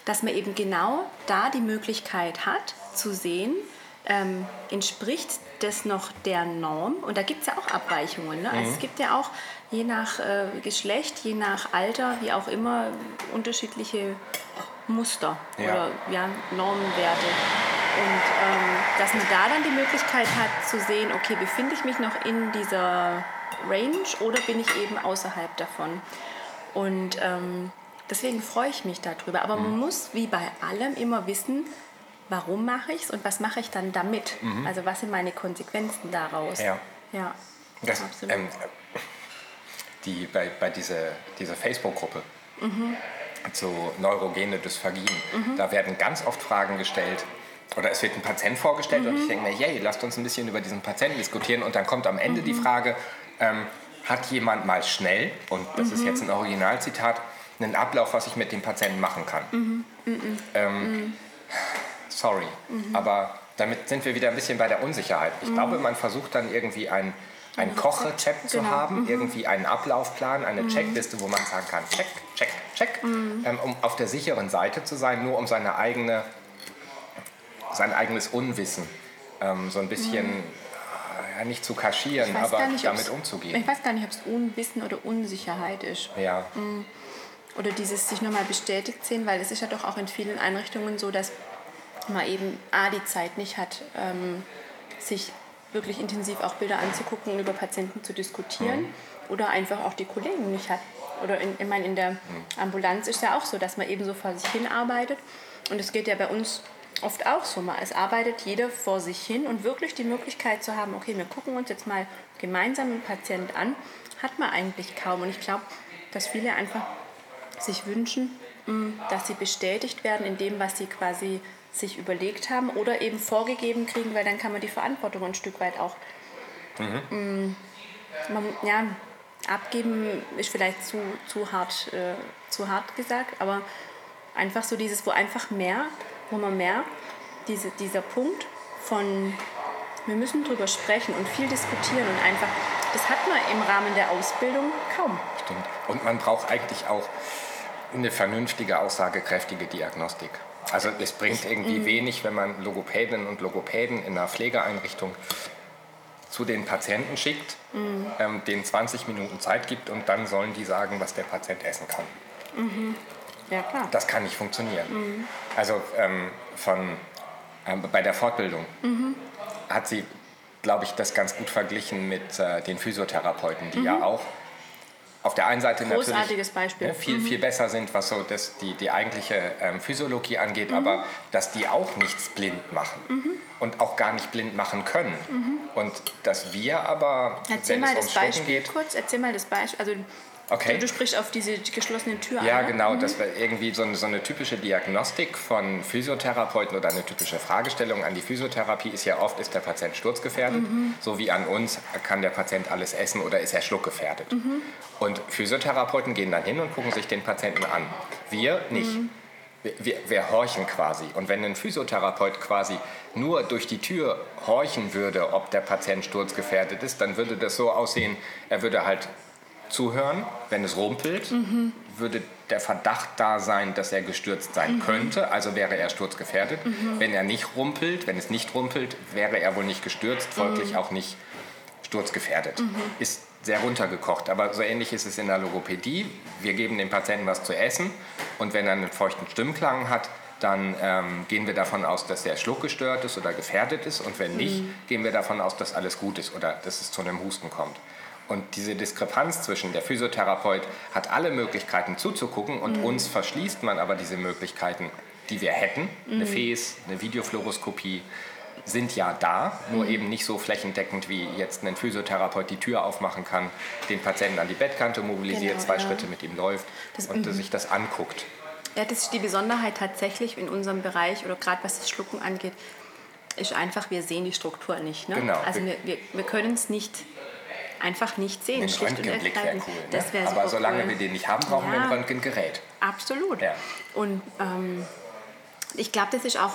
dass man eben genau da die Möglichkeit hat, zu sehen, ähm, entspricht das noch der Norm? Und da gibt es ja auch Abweichungen. Ne? Mhm. Also es gibt ja auch je nach äh, Geschlecht, je nach Alter, wie auch immer, unterschiedliche Muster ja. oder ja, Normenwerte. Und ähm, dass man da dann die Möglichkeit hat zu sehen, okay, befinde ich mich noch in dieser Range oder bin ich eben außerhalb davon? Und ähm, deswegen freue ich mich darüber. Aber mhm. man muss, wie bei allem, immer wissen, warum mache ich es und was mache ich dann damit? Mhm. Also was sind meine Konsequenzen daraus? Ja. ja das, absolut. Ähm, die, bei bei dieser, dieser Facebook-Gruppe mhm. zu neurogene Dysphagien, mhm. da werden ganz oft Fragen gestellt, oder es wird ein Patient vorgestellt mhm. und ich denke mir, yay, lasst uns ein bisschen über diesen Patienten diskutieren und dann kommt am Ende mhm. die Frage, ähm, hat jemand mal schnell, und das mhm. ist jetzt ein Originalzitat, einen Ablauf, was ich mit dem Patienten machen kann? Mhm. Mhm. Ähm, mhm. Sorry, mhm. aber damit sind wir wieder ein bisschen bei der Unsicherheit. Ich mhm. glaube, man versucht dann irgendwie ein, ein Kochrezept zu genau. haben, mhm. irgendwie einen Ablaufplan, eine mhm. Checkliste, wo man sagen kann, check, check, check, mhm. ähm, um auf der sicheren Seite zu sein, nur um seine eigene, sein eigenes Unwissen ähm, so ein bisschen, mhm. ja, nicht zu kaschieren, aber nicht, damit umzugehen. Ich weiß gar nicht, ob es Unwissen oder Unsicherheit ist. Ja. Mhm. Oder dieses sich nochmal bestätigt sehen, weil es ist ja doch auch in vielen Einrichtungen so, dass man eben A, die Zeit nicht hat, ähm, sich wirklich intensiv auch Bilder anzugucken und über Patienten zu diskutieren mhm. oder einfach auch die Kollegen nicht hat. Oder in, ich meine, in der mhm. Ambulanz ist es ja auch so, dass man eben so vor sich hin arbeitet und es geht ja bei uns oft auch so mal. Es arbeitet jeder vor sich hin und wirklich die Möglichkeit zu haben, okay, wir gucken uns jetzt mal gemeinsam einen Patient an, hat man eigentlich kaum. Und ich glaube, dass viele einfach sich wünschen, dass sie bestätigt werden in dem, was sie quasi sich überlegt haben oder eben vorgegeben kriegen, weil dann kann man die Verantwortung ein Stück weit auch mhm. mh, man, ja, abgeben, ist vielleicht zu, zu, hart, äh, zu hart gesagt, aber einfach so dieses, wo einfach mehr, wo man merkt, diese, dieser Punkt von, wir müssen drüber sprechen und viel diskutieren und einfach, das hat man im Rahmen der Ausbildung kaum. Stimmt. Und man braucht eigentlich auch eine vernünftige, aussagekräftige Diagnostik. Also es bringt irgendwie wenig, wenn man Logopädinnen und Logopäden in einer Pflegeeinrichtung zu den Patienten schickt, mhm. ähm, denen zwanzig Minuten Zeit gibt und dann sollen die sagen, was der Patient essen kann. Mhm. Ja, klar. Das kann nicht funktionieren. Mhm. Also ähm, von, ähm, bei der Fortbildung mhm. hat sie, glaube ich, das ganz gut verglichen mit äh, den Physiotherapeuten, die mhm. ja auch auf der einen Seite Großartiges natürlich Beispiel. Ne, viel, mhm. viel besser sind, was so das, die, die eigentliche ähm, Physiologie angeht, mhm. aber dass die auch nichts blind machen mhm. und auch gar nicht blind machen können. Mhm. Und dass wir aber, erzähl wenn mal es ums das Schlucken Beispiel geht... kurz, erzähl mal das Beispiel. Also, okay. du, du sprichst auf diese geschlossene Tür Ja, an. Ja, genau. Mhm. Das wäre irgendwie so eine, so eine typische Diagnostik von Physiotherapeuten oder eine typische Fragestellung an die Physiotherapie ist ja oft, ist der Patient sturzgefährdet? Mhm. So wie an uns, kann der Patient alles essen oder ist er schluckgefährdet? Mhm. Und Physiotherapeuten gehen dann hin und gucken sich den Patienten an. Wir nicht. Mhm. Wir, wir, wir horchen quasi. Und wenn ein Physiotherapeut quasi nur durch die Tür horchen würde, ob der Patient sturzgefährdet ist, dann würde das so aussehen, er würde halt zuhören, wenn es rumpelt, mhm. würde der Verdacht da sein, dass er gestürzt sein mhm. könnte, also wäre er sturzgefährdet. Mhm. Wenn er nicht rumpelt, wenn es nicht rumpelt, wäre er wohl nicht gestürzt, folglich mhm. auch nicht sturzgefährdet. Mhm. Ist sehr runtergekocht, aber so ähnlich ist es in der Logopädie. Wir geben dem Patienten was zu essen und wenn er einen feuchten Stimmklang hat, dann ähm, gehen wir davon aus, dass er schluckgestört ist oder gefährdet ist und wenn nicht, mhm. gehen wir davon aus, dass alles gut ist oder dass es zu einem Husten kommt. Und diese Diskrepanz zwischen der Physiotherapeut hat alle Möglichkeiten zuzugucken und mhm. uns verschließt man aber diese Möglichkeiten, die wir hätten. Mhm. Eine F E S, eine Videofluoroskopie sind ja da, nur mhm. eben nicht so flächendeckend, wie jetzt ein Physiotherapeut die Tür aufmachen kann, den Patienten an die Bettkante mobilisiert, genau, zwei ja. Schritte mit ihm läuft das, und mhm. sich das anguckt. Ja, das ist die Besonderheit tatsächlich in unserem Bereich oder gerade was das Schlucken angeht, ist einfach, wir sehen die Struktur nicht. Ne? Genau. Also wir, wir, wir können es nicht einfach nicht sehen. Ein Röntgenblick wäre cool. Ne? Das wär Aber solange cool. wir den nicht haben, brauchen ja, wir ein Röntgengerät. Absolut. Ja. Und ähm, ich glaube, das ist auch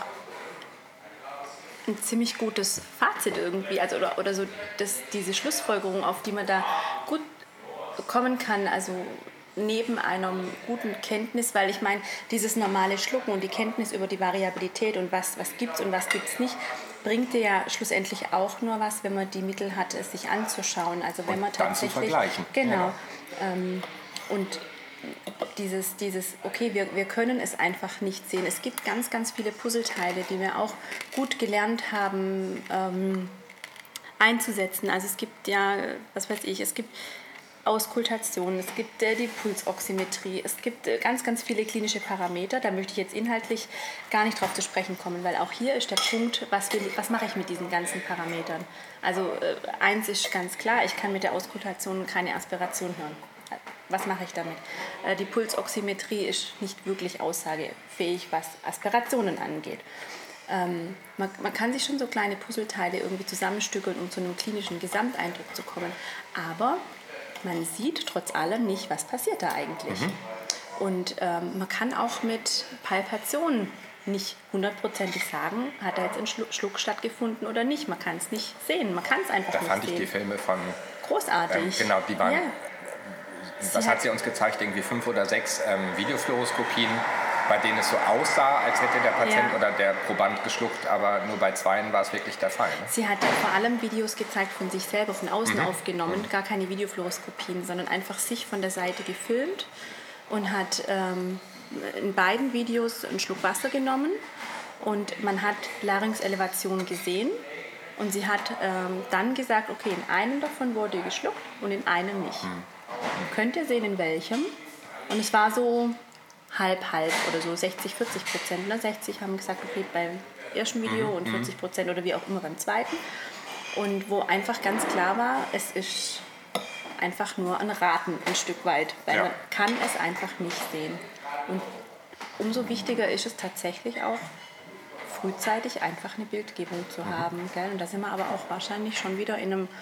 ein ziemlich gutes Fazit irgendwie, also oder, oder so das, diese Schlussfolgerung, auf die man da gut kommen kann. Also neben einer guten Kenntnis, weil ich meine, dieses normale Schlucken und die Kenntnis über die Variabilität und was, was gibt es und was gibt es nicht, bringt dir ja schlussendlich auch nur was, wenn man die Mittel hat, es sich anzuschauen. Also wenn und man dann tatsächlich... zu vergleichen. Genau. Ja. Ähm, und dieses, dieses okay, wir, wir können es einfach nicht sehen. Es gibt ganz, ganz viele Puzzleteile, die wir auch gut gelernt haben ähm, einzusetzen. Also es gibt ja, was weiß ich, es gibt Auskultation, es gibt äh, die Pulsoximetrie, es gibt äh, ganz, ganz viele klinische Parameter. Da möchte ich jetzt inhaltlich gar nicht drauf zu sprechen kommen, weil auch hier ist der Punkt, was, will, was mache ich mit diesen ganzen Parametern? Also äh, eins ist ganz klar, ich kann mit der Auskultation keine Aspiration hören. Was mache ich damit? Äh, die Pulsoximetrie ist nicht wirklich aussagefähig, was Aspirationen angeht. Ähm, man, man kann sich schon so kleine Puzzleteile irgendwie zusammenstückeln, um zu einem klinischen Gesamteindruck zu kommen. Aber man sieht trotz allem nicht, was passiert da eigentlich. Mhm. Und ähm, man kann auch mit Palpationen nicht hundertprozentig sagen, hat da jetzt ein Schluck, Schluck stattgefunden oder nicht. Man kann es nicht sehen, man kann es einfach da nicht sehen. Da fand sehen. ich die Filme von... Großartig. Ähm, genau, die waren... Ja. Was sie hat sie uns gezeigt? Irgendwie fünf oder sechs ähm, Videofluoroskopien, bei denen es so aussah, als hätte der Patient ja. oder der Proband geschluckt, aber nur bei zweien war es wirklich der Fall. Ne? Sie hat vor allem Videos gezeigt von sich selber, von außen mhm. aufgenommen, mhm. gar keine Videofluoroskopien, sondern einfach sich von der Seite gefilmt und hat ähm, in beiden Videos einen Schluck Wasser genommen und man hat Larynxelevation gesehen und sie hat ähm, dann gesagt, okay, in einem davon wurde geschluckt und in einem nicht. Mhm. Könnt ihr sehen, in welchem? Und es war so halb, halb oder so sechzig, vierzig Prozent. Ne? sechzig haben gesagt, okay, beim ersten Video mhm. und vierzig Prozent oder wie auch immer beim zweiten. Und wo einfach ganz klar war, es ist einfach nur ein Raten ein Stück weit, weil ja. man kann es einfach nicht sehen. Und umso wichtiger ist es tatsächlich auch, frühzeitig einfach eine Bildgebung zu mhm. haben. Gell? Und da sind wir aber auch wahrscheinlich schon wieder in einem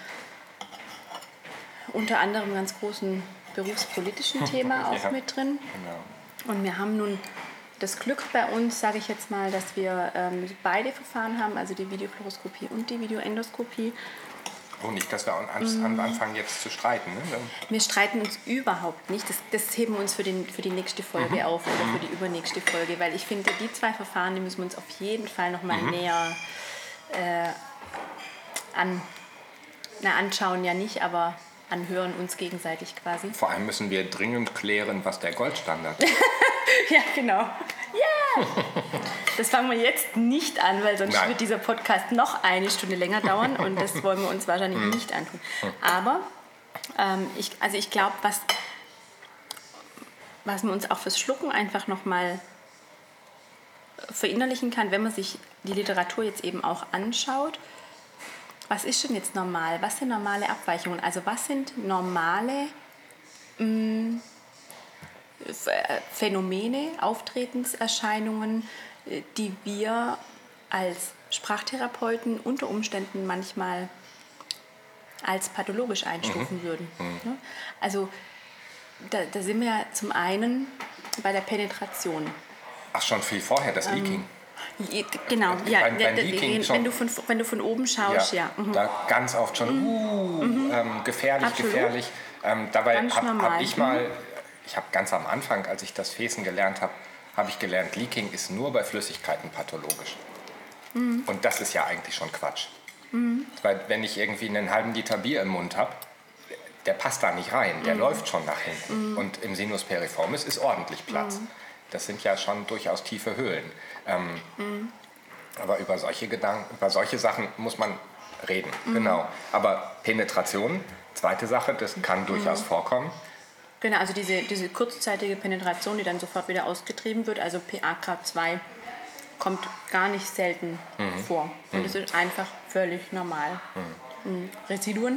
unter anderem ganz großen berufspolitischen Thema auch ja. mit drin. Genau. Und wir haben nun das Glück bei uns, sage ich jetzt mal, dass wir ähm, beide Verfahren haben, also die Videofluoroskopie und die Videoendoskopie. Oh, nicht, dass wir an, mm. anfangen jetzt zu streiten. Ne? Wir streiten uns überhaupt nicht. Das, das heben wir uns für, den, für die nächste Folge mhm. auf oder für die übernächste Folge, weil ich finde, die zwei Verfahren, die müssen wir uns auf jeden Fall noch mal mhm. näher äh, an, na, anschauen, ja nicht, aber anhören uns gegenseitig quasi. Vor allem müssen wir dringend klären, was der Goldstandard ist. Ja, genau. Ja! Das fangen wir jetzt nicht an, weil sonst Nein. wird dieser Podcast noch eine Stunde länger dauern und das wollen wir uns wahrscheinlich hm. nicht antun. Aber ähm, ich, also ich glaube, was, was man uns auch fürs Schlucken einfach nochmal verinnerlichen kann, wenn man sich die Literatur jetzt eben auch anschaut, was ist denn jetzt normal? Was sind normale Abweichungen? Also was sind normale mh, Phänomene, Auftretenserscheinungen, die wir als Sprachtherapeuten unter Umständen manchmal als pathologisch einstufen mhm. würden. Mhm. Also da, da sind wir ja zum einen bei der Penetration. Ach, schon viel vorher, das Leaking. Ähm, Genau, ja, beim, beim wenn, wenn, du von, wenn du von oben schaust, ja. ja. Mhm. Da ganz oft schon, uh, mhm. ähm, gefährlich, Absolut. gefährlich. Ähm, dabei habe hab ich mal, mhm. ich habe ganz am Anfang, als ich das Fäßen gelernt habe, habe ich gelernt, Leaking ist nur bei Flüssigkeiten pathologisch. Mhm. Und das ist ja eigentlich schon Quatsch. Mhm. Weil wenn ich irgendwie einen halben Liter Bier im Mund habe, der passt da nicht rein, der mhm. läuft schon nach hinten. Mhm. Und im Sinus periformis ist ordentlich Platz. Mhm. Das sind ja schon durchaus tiefe Höhlen. Ähm, mhm. Aber über solche Gedanken, über solche Sachen muss man reden. Mhm. Genau. Aber Penetration, zweite Sache, das kann durchaus mhm. vorkommen. Genau, also diese, diese kurzzeitige Penetration, die dann sofort wieder ausgetrieben wird, also P A K zwei, kommt gar nicht selten mhm. vor. Und mhm. das ist einfach völlig normal. Mhm. Residuen,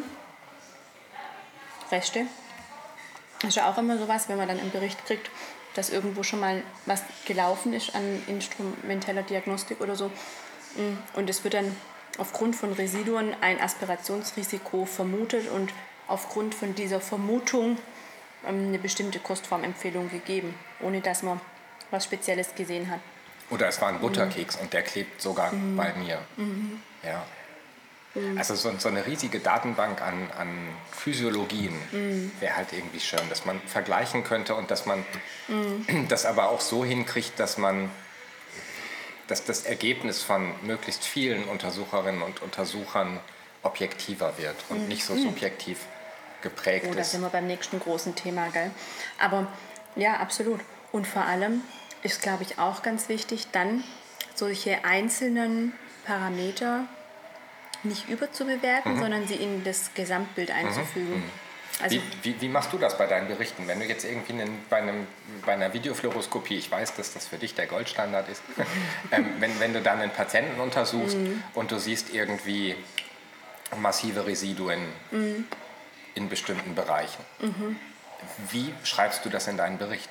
Reste, das ist ja auch immer sowas, wenn man dann einen Bericht kriegt, dass irgendwo schon mal was gelaufen ist an instrumenteller Diagnostik oder so. Und es wird dann aufgrund von Residuen ein Aspirationsrisiko vermutet und aufgrund von dieser Vermutung eine bestimmte Kostformempfehlung gegeben, ohne dass man was Spezielles gesehen hat. Oder es war ein Butterkeks mhm. und der klebt sogar mhm. bei mir. Mhm. Ja. Mhm. Also so, so eine riesige Datenbank an, an Physiologien mhm. wäre halt irgendwie schön, dass man vergleichen könnte und dass man mhm. das aber auch so hinkriegt, dass man dass das Ergebnis von möglichst vielen Untersucherinnen und Untersuchern objektiver wird und mhm. nicht so subjektiv geprägt oh, ist. Da sind wir beim nächsten großen Thema, gell? Aber ja, absolut. Und vor allem ist, glaube ich, auch ganz wichtig, dann solche einzelnen Parameter nicht überzubewerten, mhm. sondern sie in das Gesamtbild einzufügen. Mhm. Also wie, wie, wie machst du das bei deinen Berichten? Wenn du jetzt irgendwie einen, bei, einem, bei einer Videofluoroskopie, ich weiß, dass das für dich der Goldstandard ist, ähm, wenn, wenn du dann einen Patienten untersuchst mhm. und du siehst irgendwie massive Residuen mhm. in bestimmten Bereichen, mhm. wie schreibst du das in deinen Bericht?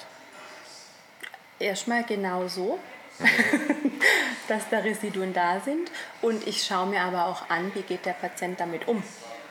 Erstmal genau so, dass da Residuen da sind und ich schaue mir aber auch an, wie geht der Patient damit um.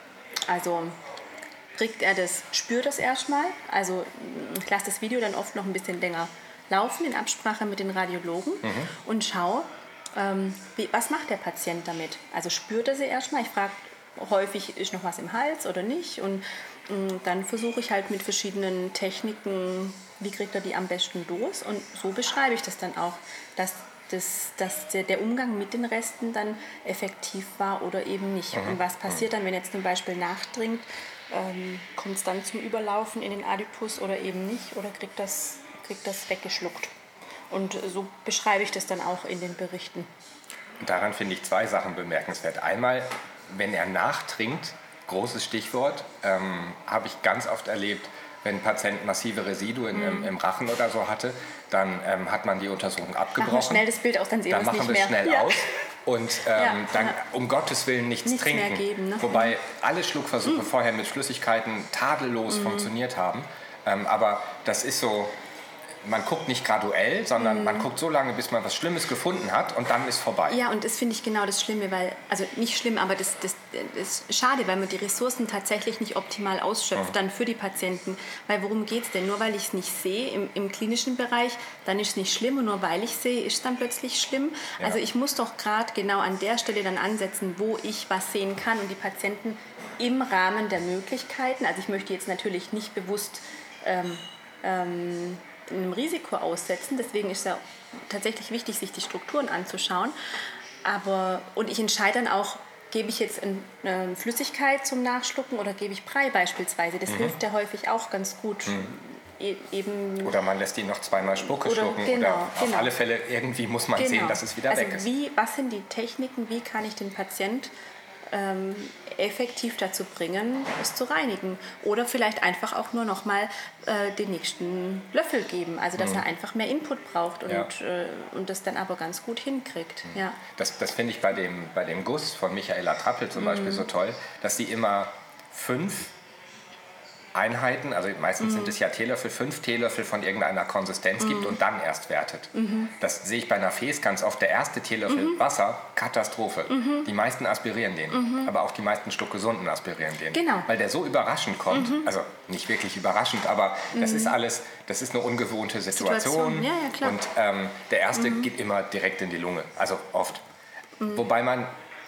Also kriegt er das, spürt das erstmal, also ich lasse das Video dann oft noch ein bisschen länger laufen in Absprache mit den Radiologen mhm. und schaue, ähm, wie, was macht der Patient damit. Also spürt er sie erstmal, ich frage häufig, ist noch was im Hals oder nicht und mh, dann versuche ich halt mit verschiedenen Techniken, wie kriegt er die am besten los und so beschreibe ich das dann auch, dass, das, dass der, der Umgang mit den Resten dann effektiv war oder eben nicht. Mhm. Und was passiert dann, wenn jetzt zum Beispiel nachdringt, ähm, kommt es dann zum Überlaufen in den Adipus oder eben nicht oder kriegt das, kriegt das weggeschluckt. Und so beschreibe ich das dann auch in den Berichten. Und daran finde ich zwei Sachen bemerkenswert. Einmal, wenn er nachtrinkt, großes Stichwort, ähm, habe ich ganz oft erlebt, wenn ein Patient massive Residuen mhm. im, im Rachen oder so hatte, dann ähm, hat man die Untersuchung abgebrochen. Machen wir schnell das Bild aus, dann sehen wir es nicht mehr. Dann machen wir es schnell ja. aus und ähm, ja, dann ja. um Gottes Willen nichts, nichts trinken. Mehr geben, ne? Wobei alle Schluckversuche mhm. vorher mit Flüssigkeiten tadellos mhm. funktioniert haben. Ähm, aber das ist so, man guckt nicht graduell, sondern mhm. man guckt so lange, bis man was Schlimmes gefunden hat und dann ist vorbei. Ja, und das finde ich genau das Schlimme, weil, also nicht schlimm, aber das, das, das ist schade, weil man die Ressourcen tatsächlich nicht optimal ausschöpft mhm. dann für die Patienten. Weil worum geht es denn? Nur weil ich es nicht sehe im, im klinischen Bereich, dann ist es nicht schlimm und nur weil ich sehe, ist es dann plötzlich schlimm. Ja. Also ich muss doch gerade genau an der Stelle dann ansetzen, wo ich was sehen kann und die Patienten im Rahmen der Möglichkeiten, also ich möchte jetzt natürlich nicht bewusst ähm, ähm, einem Risiko aussetzen. Deswegen ist es ja tatsächlich wichtig, sich die Strukturen anzuschauen. Aber, und ich entscheide dann auch, gebe ich jetzt eine Flüssigkeit zum Nachschlucken oder gebe ich Brei beispielsweise. Das mhm. hilft ja häufig auch ganz gut. Mhm. E- eben oder man lässt ihn noch zweimal Spucke oder, schlucken. Genau, oder auf genau. alle Fälle irgendwie muss man genau. sehen, dass es wieder also weg ist. Wie, was sind die Techniken, wie kann ich den Patient ähm, effektiv dazu bringen, es zu reinigen. Oder vielleicht einfach auch nur noch mal äh, den nächsten Löffel geben. Also dass mhm. er einfach mehr Input braucht und, ja. äh, und das dann aber ganz gut hinkriegt. Mhm. Ja. Das, das finde ich bei dem, bei dem Guss von Michaela Trappel zum mhm. Beispiel so toll, dass sie immer fünf Einheiten, also meistens mhm. sind es ja Teelöffel, fünf Teelöffel von irgendeiner Konsistenz mhm. gibt und dann erst wertet. Mhm. Das sehe ich bei einer Fes ganz oft. Der erste Teelöffel mhm. Wasser, Katastrophe. Mhm. Die meisten aspirieren den, mhm. aber auch die meisten Stuckgesunden aspirieren den. Genau. Weil der so überraschend kommt, mhm. also nicht wirklich überraschend, aber mhm. das ist alles, das ist eine ungewohnte Situation. Situation. Ja, ja, klar. Und ähm, der erste mhm. geht immer direkt in die Lunge, also oft. Mhm. Wobei man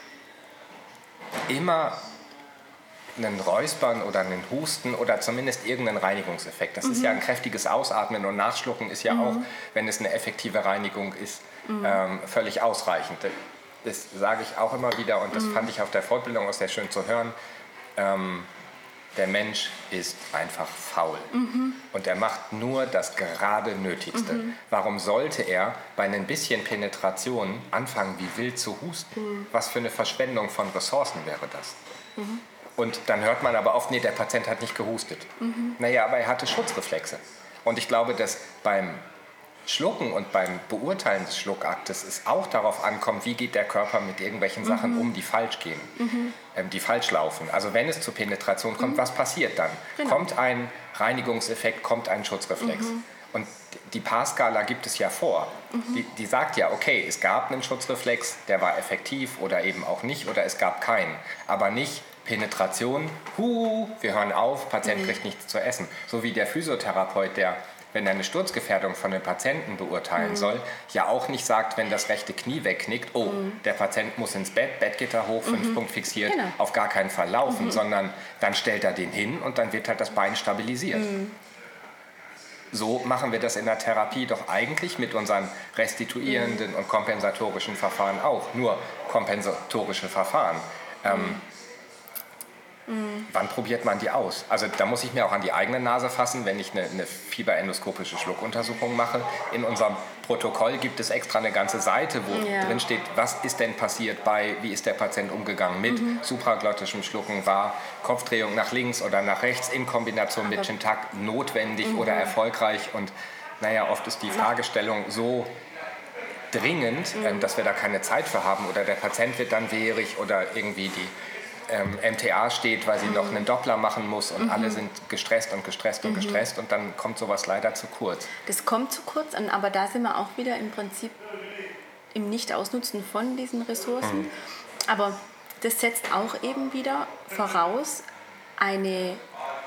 immer einen Räuspern oder einen Husten oder zumindest irgendeinen Reinigungseffekt. Das mhm. ist ja ein kräftiges Ausatmen und Nachschlucken ist ja mhm. auch, wenn es eine effektive Reinigung ist, mhm. ähm, völlig ausreichend. Das sage ich auch immer wieder und das mhm. fand ich auf der Fortbildung auch sehr schön zu hören. Ähm, der Mensch ist einfach faul mhm. und er macht nur das gerade Nötigste. Mhm. Warum sollte er bei ein bisschen Penetration anfangen, wie wild zu husten? Mhm. Was für eine Verschwendung von Ressourcen wäre das? Mhm. Und dann hört man aber oft, nee, der Patient hat nicht gehustet. Mhm. Naja, aber er hatte Schutzreflexe. Und ich glaube, dass beim Schlucken und beim Beurteilen des Schluckaktes es auch darauf ankommt, wie geht der Körper mit irgendwelchen mhm. Sachen um, die falsch gehen, mhm. ähm, die falsch laufen. Also wenn es zur Penetration kommt, mhm. was passiert dann? Genau. Kommt ein Reinigungseffekt, kommt ein Schutzreflex. Mhm. Und die P A R-Skala gibt es ja vor. Mhm. Die, die sagt ja, okay, es gab einen Schutzreflex, der war effektiv oder eben auch nicht, oder es gab keinen. Aber nicht Penetration, hu, wir hören auf, Patient mhm. kriegt nichts zu essen. So wie der Physiotherapeut, der wenn er eine Sturzgefährdung von einem Patienten beurteilen mhm. soll, ja auch nicht sagt, wenn das rechte Knie wegknickt, oh, mhm. der Patient muss ins Bett, Bettgitter hoch, fünf mhm. Punkt fixiert, genau. auf gar keinen Fall laufen, mhm. sondern dann stellt er den hin und dann wird halt das Bein stabilisiert. Mhm. So machen wir das in der Therapie doch eigentlich mit unseren restituierenden mhm. und kompensatorischen Verfahren auch. Nur kompensatorische Verfahren. Ähm, mhm. Wann probiert man die aus? Also da muss ich mir auch an die eigene Nase fassen, wenn ich eine, eine fieberendoskopische Schluckuntersuchung mache. In unserem Protokoll gibt es extra eine ganze Seite, wo ja. drin steht, was ist denn passiert bei, wie ist der Patient umgegangen mit mhm. supraglottischem Schlucken, war Kopfdrehung nach links oder nach rechts in Kombination Aber mit Chintak notwendig mhm. oder erfolgreich. Und naja, oft ist die Fragestellung so dringend, mhm. dass wir da keine Zeit für haben oder der Patient wird dann wehrig oder irgendwie die ähm, M T A steht, weil sie mhm. noch einen Doppler machen muss und mhm. alle sind gestresst und gestresst und mhm. gestresst und dann kommt sowas leider zu kurz. Das kommt zu kurz, aber da sind wir auch wieder im Prinzip im Nicht-Ausnutzen von diesen Ressourcen. Mhm. Aber das setzt auch eben wieder voraus eine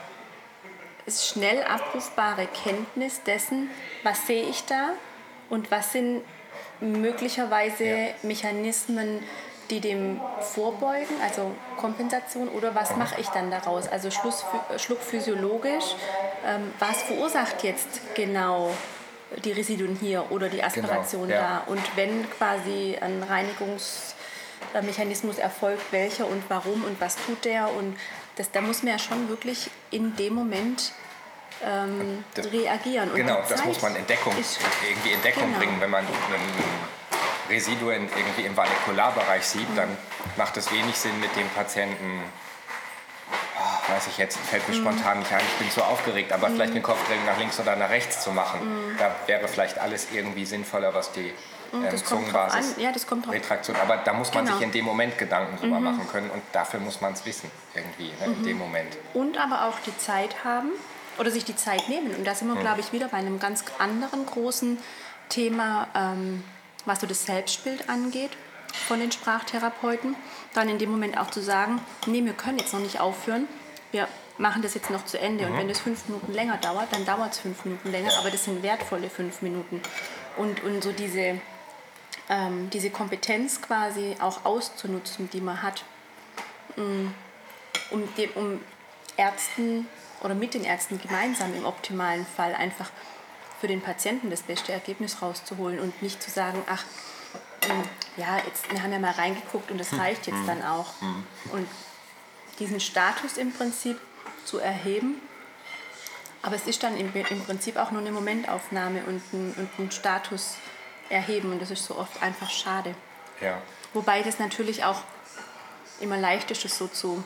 schnell abrufbare Kenntnis dessen, was sehe ich da und was sind möglicherweise ja. Mechanismen, die dem vorbeugen, also Kompensation, oder was mhm. mache ich dann daraus? Also Schluss, schluckphysiologisch, ähm, was verursacht jetzt genau die Residuen hier oder die Aspiration genau, ja. da? Und wenn quasi ein Reinigungsmechanismus erfolgt, welcher und warum und was tut der? Und das, da muss man ja schon wirklich in dem Moment ähm, das, reagieren. Und genau, das muss man in Deckung, irgendwie in Deckung genau. bringen, wenn man einen Residuen irgendwie im Valikularbereich sieht, mhm. dann macht es wenig Sinn mit dem Patienten, oh, weiß ich jetzt, fällt mir mhm. spontan nicht ein, ich bin zu aufgeregt, aber mhm. vielleicht eine Kopfdrehung nach links oder nach rechts zu machen. Mhm. Da wäre vielleicht alles irgendwie sinnvoller, was die ähm, Zungenbasis, ja, das kommt drauf Retraktion, aber da muss man genau. sich in dem Moment Gedanken drüber mhm. machen können und dafür muss man es wissen, irgendwie, ne, in mhm. dem Moment. Und aber auch die Zeit haben oder sich die Zeit nehmen. Und da sind wir, mhm. glaube ich, wieder bei einem ganz anderen großen Thema, ähm, was so das Selbstbild angeht von den Sprachtherapeuten, dann in dem Moment auch zu sagen, nee, wir können jetzt noch nicht aufhören, wir machen das jetzt noch zu Ende mhm. und wenn das fünf Minuten länger dauert, dann dauert es fünf Minuten länger, ja. aber das sind wertvolle fünf Minuten. Und, und so diese, ähm, diese Kompetenz quasi auch auszunutzen, die man hat, um, dem, um Ärzten oder mit den Ärzten gemeinsam im optimalen Fall einfach für den Patienten das beste Ergebnis rauszuholen und nicht zu sagen, ach, ja, jetzt, wir haben ja mal reingeguckt und das reicht jetzt dann auch. Und diesen Status im Prinzip zu erheben, aber es ist dann im, im Prinzip auch nur eine Momentaufnahme und ein, und ein Status erheben und das ist so oft einfach schade. Ja. Wobei das natürlich auch immer leicht ist, das so zu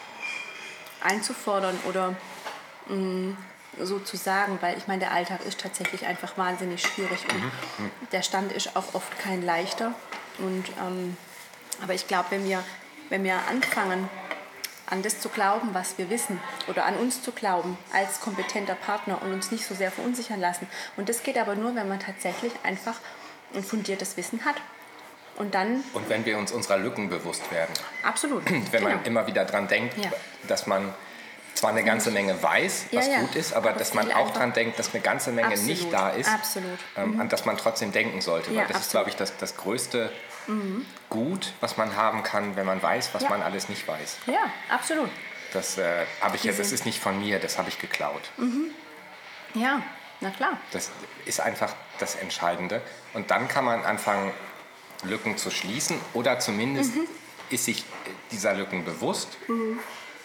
einzufordern oder mh, so zu sagen, weil ich meine, der Alltag ist tatsächlich einfach wahnsinnig schwierig und mhm. der Stand ist auch oft kein leichter. Und, ähm, aber ich glaube, wenn wir, wenn wir anfangen, an das zu glauben, was wir wissen oder an uns zu glauben als kompetenter Partner und uns nicht so sehr verunsichern lassen. Und das geht aber nur, wenn man tatsächlich einfach ein fundiertes Wissen hat. Und dann... Und wenn wir uns unserer Lücken bewusst werden. Absolut. Wenn genau. man immer wieder daran denkt, ja. dass man zwar eine ganze Menge weiß, was ja, ja. gut ist, aber, aber dass man auch daran denkt, dass eine ganze Menge absolut, nicht da ist, absolut. Ähm, mhm. an das man trotzdem denken sollte. Ja, weil das absolut. ist, glaube ich, das, das größte mhm. Gut, was man haben kann, wenn man weiß, was ja. man alles nicht weiß. Ja, absolut. Das äh, habe ich jetzt, das ist nicht von mir, das habe ich geklaut. Mhm. Ja, na klar. Das ist einfach das Entscheidende. Und dann kann man anfangen, Lücken zu schließen oder zumindest mhm. ist sich dieser Lücken bewusst. Mhm.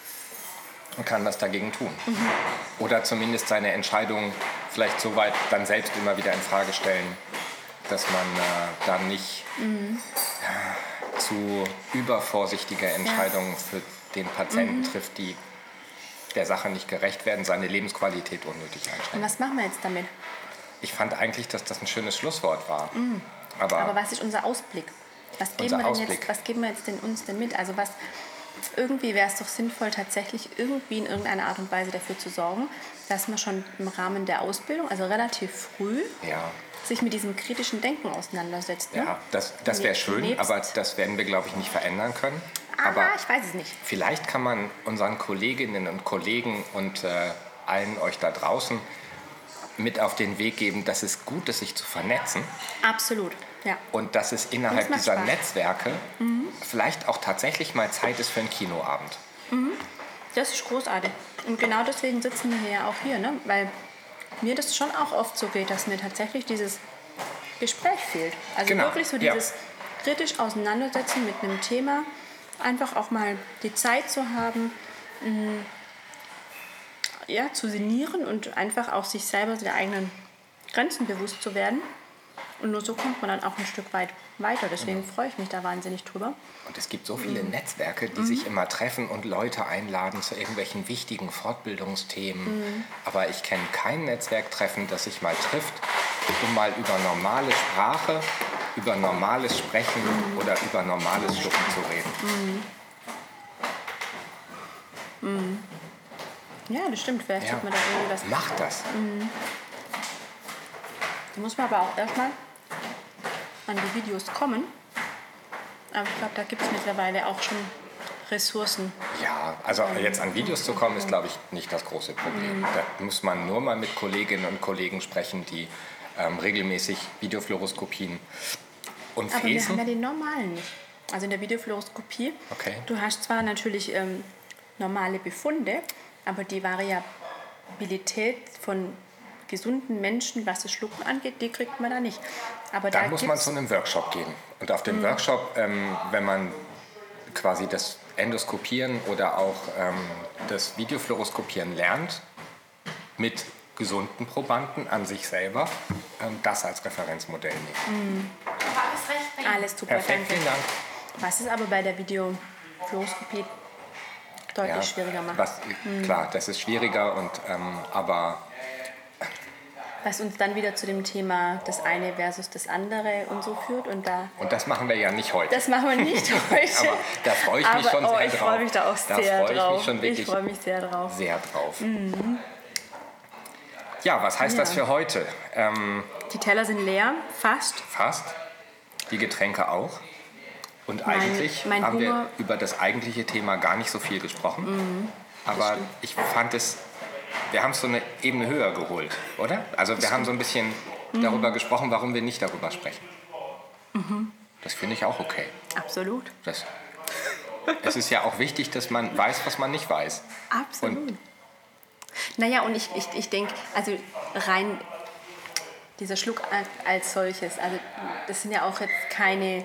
Und kann was dagegen tun. Mhm. Oder zumindest seine Entscheidung vielleicht so weit dann selbst immer wieder in Frage stellen, dass man äh, dann nicht mhm. äh, zu übervorsichtige Entscheidungen ja. für den Patienten mhm. trifft, die der Sache nicht gerecht werden, seine Lebensqualität unnötig einschränken. Und was machen wir jetzt damit? Ich fand eigentlich, dass das ein schönes Schlusswort war. Mhm. Aber, Aber was ist unser Ausblick? Was geben, wir denn Ausblick. Jetzt, was geben wir jetzt denn uns denn mit? Also was... Irgendwie wäre es doch sinnvoll, tatsächlich irgendwie in irgendeiner Art und Weise dafür zu sorgen, dass man schon im Rahmen der Ausbildung, also relativ früh, ja. sich mit diesem kritischen Denken auseinandersetzt. Ne? Ja, das, das wäre schön, lebst. aber das werden wir, glaube ich, nicht verändern können. Aber ah, ich weiß es nicht. Vielleicht kann man unseren Kolleginnen und Kollegen und äh, allen euch da draußen mit auf den Weg geben, dass es gut ist, sich zu vernetzen. Absolut, ja. Und dass es innerhalb Und es macht dieser Spaß. Netzwerke mhm. vielleicht auch tatsächlich mal Zeit ist für einen Kinoabend. Mhm. Das ist großartig. Und genau deswegen sitzen wir hier ja auch hier, ne? Weil mir das schon auch oft so geht, dass mir tatsächlich dieses Gespräch fehlt. Also Genau, wirklich so ja. dieses kritisch auseinandersetzen mit einem Thema, einfach auch mal die Zeit zu haben, mh, ja, zu sinnieren und einfach auch sich selber der eigenen Grenzen bewusst zu werden. Und nur so kommt man dann auch ein Stück weit weiter. Deswegen freue ich mich da wahnsinnig drüber. Und es gibt so viele mhm. Netzwerke, die mhm. sich immer treffen und Leute einladen zu irgendwelchen wichtigen Fortbildungsthemen. Mhm. Aber ich kenne kein Netzwerktreffen, das sich mal trifft, um mal über normale Sprache, über normales Sprechen mhm. oder über normales Schlucken zu reden. Mhm. Mhm. Ja, das stimmt. Vielleicht ja. tut man da irgendwie was. Macht das. Mhm. Da muss man aber auch erstmal an die Videos kommen. Aber ich glaube, da gibt es mittlerweile auch schon Ressourcen. Ja, also jetzt an Videos zu kommen, ist, glaube ich, nicht das große Problem. Mhm. Da muss man nur mal mit Kolleginnen und Kollegen sprechen, die ähm, regelmäßig Videofluoroskopien und Aber wir Fräsen. haben ja den normalen nicht. Also in der Videofluoroskopie, okay. du hast zwar natürlich ähm, normale Befunde, aber die Variabilität von gesunden Menschen, was das Schlucken angeht, die kriegt man da nicht. Aber Dann da muss man zu einem Workshop gehen. Und auf dem mhm. Workshop, ähm, wenn man quasi das Endoskopieren oder auch ähm, das Videofluoroskopieren lernt, mit gesunden Probanden an sich selber, ähm, das als Referenzmodell nehmen. Mhm. Alles recht bei Ihnen. Alles super, Perfekt, danke. vielen Dank. Was ist aber bei der Videofluoroskopie deutlich Ja, schwieriger macht. Was, mhm. Klar, das ist schwieriger, und, ähm, aber... Was uns dann wieder zu dem Thema das eine versus das andere und so führt. Und, da und das machen wir ja nicht heute. Das machen wir nicht heute. Aber da freue ich mich aber, schon oh, sehr ich drauf. freue mich da auch da sehr freue drauf. Ich, mich schon wirklich ich freue mich sehr drauf. Sehr drauf. Mhm. Ja, was heißt ja. das für heute? Ähm, Die Teller sind leer, fast. Fast. Die Getränke auch. Und mein, eigentlich mein haben Hunger. wir über das eigentliche Thema gar nicht so viel gesprochen. Mhm. Aber ich fand es, wir haben es so eine Ebene höher geholt, oder? Also wir das haben so ein bisschen mhm. darüber gesprochen, warum wir nicht darüber sprechen. Mhm. Das finde ich auch okay. Absolut. Das, es ist ja auch wichtig, dass man weiß, was man nicht weiß. Absolut. Und naja, und ich, ich, ich denke, also rein dieser Schluck als solches, also das sind ja auch jetzt keine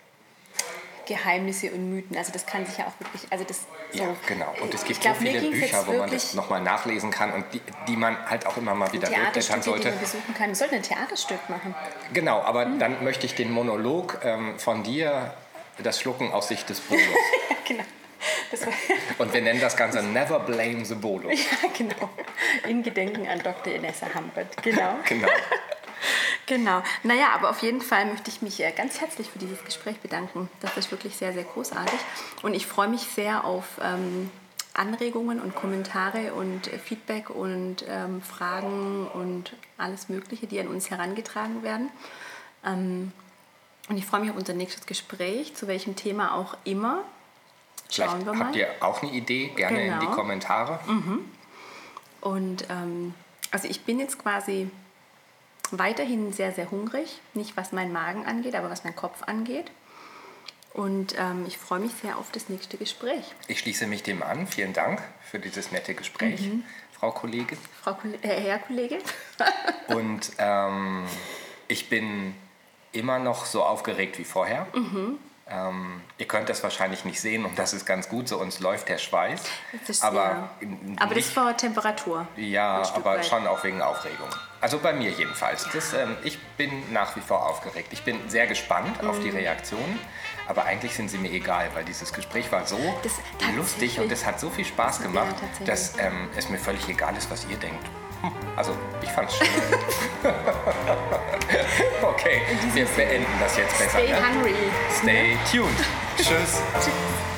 Geheimnisse und Mythen. Also das kann sich ja auch wirklich, also das so. Ja, genau. Und es gibt glaub, so viele Bücher, wo man das nochmal nachlesen kann und die, die man halt auch immer mal wieder durchblättern sollte. Die man besuchen kann. Wir sollten ein Theaterstück machen. Genau, aber hm. dann möchte ich den Monolog ähm, von dir, das Schlucken aus Sicht des Bolos. Ja, genau. Das war und wir nennen das Ganze Never Blame the Bolo. Ja, genau. In Gedenken an Doktor Inessa Humbert. Genau. Genau. Genau. Naja, aber auf jeden Fall möchte ich mich ganz herzlich für dieses Gespräch bedanken. Das ist wirklich sehr, sehr großartig. Und ich freue mich sehr auf ähm, Anregungen und Kommentare und äh, Feedback und ähm, Fragen und alles Mögliche, die an uns herangetragen werden. Ähm, und ich freue mich auf unser nächstes Gespräch, zu welchem Thema auch immer. Schauen Vielleicht wir mal. Habt ihr auch eine Idee? Gerne genau. in die Kommentare. Mhm. Und ähm, also ich bin jetzt quasi weiterhin sehr, sehr hungrig. Nicht was meinen Magen angeht, aber was meinen Kopf angeht. Und ähm, ich freue mich sehr auf das nächste Gespräch. Ich schließe mich dem an. Vielen Dank für dieses nette Gespräch, mhm. Frau Kollegin. Frau Kolle- äh, Herr Kollege. Und ähm, ich bin immer noch so aufgeregt wie vorher. Mhm. Ähm, ihr könnt das wahrscheinlich nicht sehen und das ist ganz gut so, uns läuft der Schweiß. Das aber aber das war Temperatur. Ja, aber schon auch wegen Aufregung. Also bei mir jedenfalls. Das, ähm, ich bin nach wie vor aufgeregt. Ich bin sehr gespannt mhm. auf die Reaktionen, aber eigentlich sind sie mir egal, weil dieses Gespräch war so das lustig und es hat so viel Spaß gemacht, ja, dass ähm, es mir völlig egal ist, was ihr denkt. Also, ich fand's schön. Okay, wir beenden das jetzt besser. Stay ne? hungry. Stay tuned. Tschüss. Tschüss.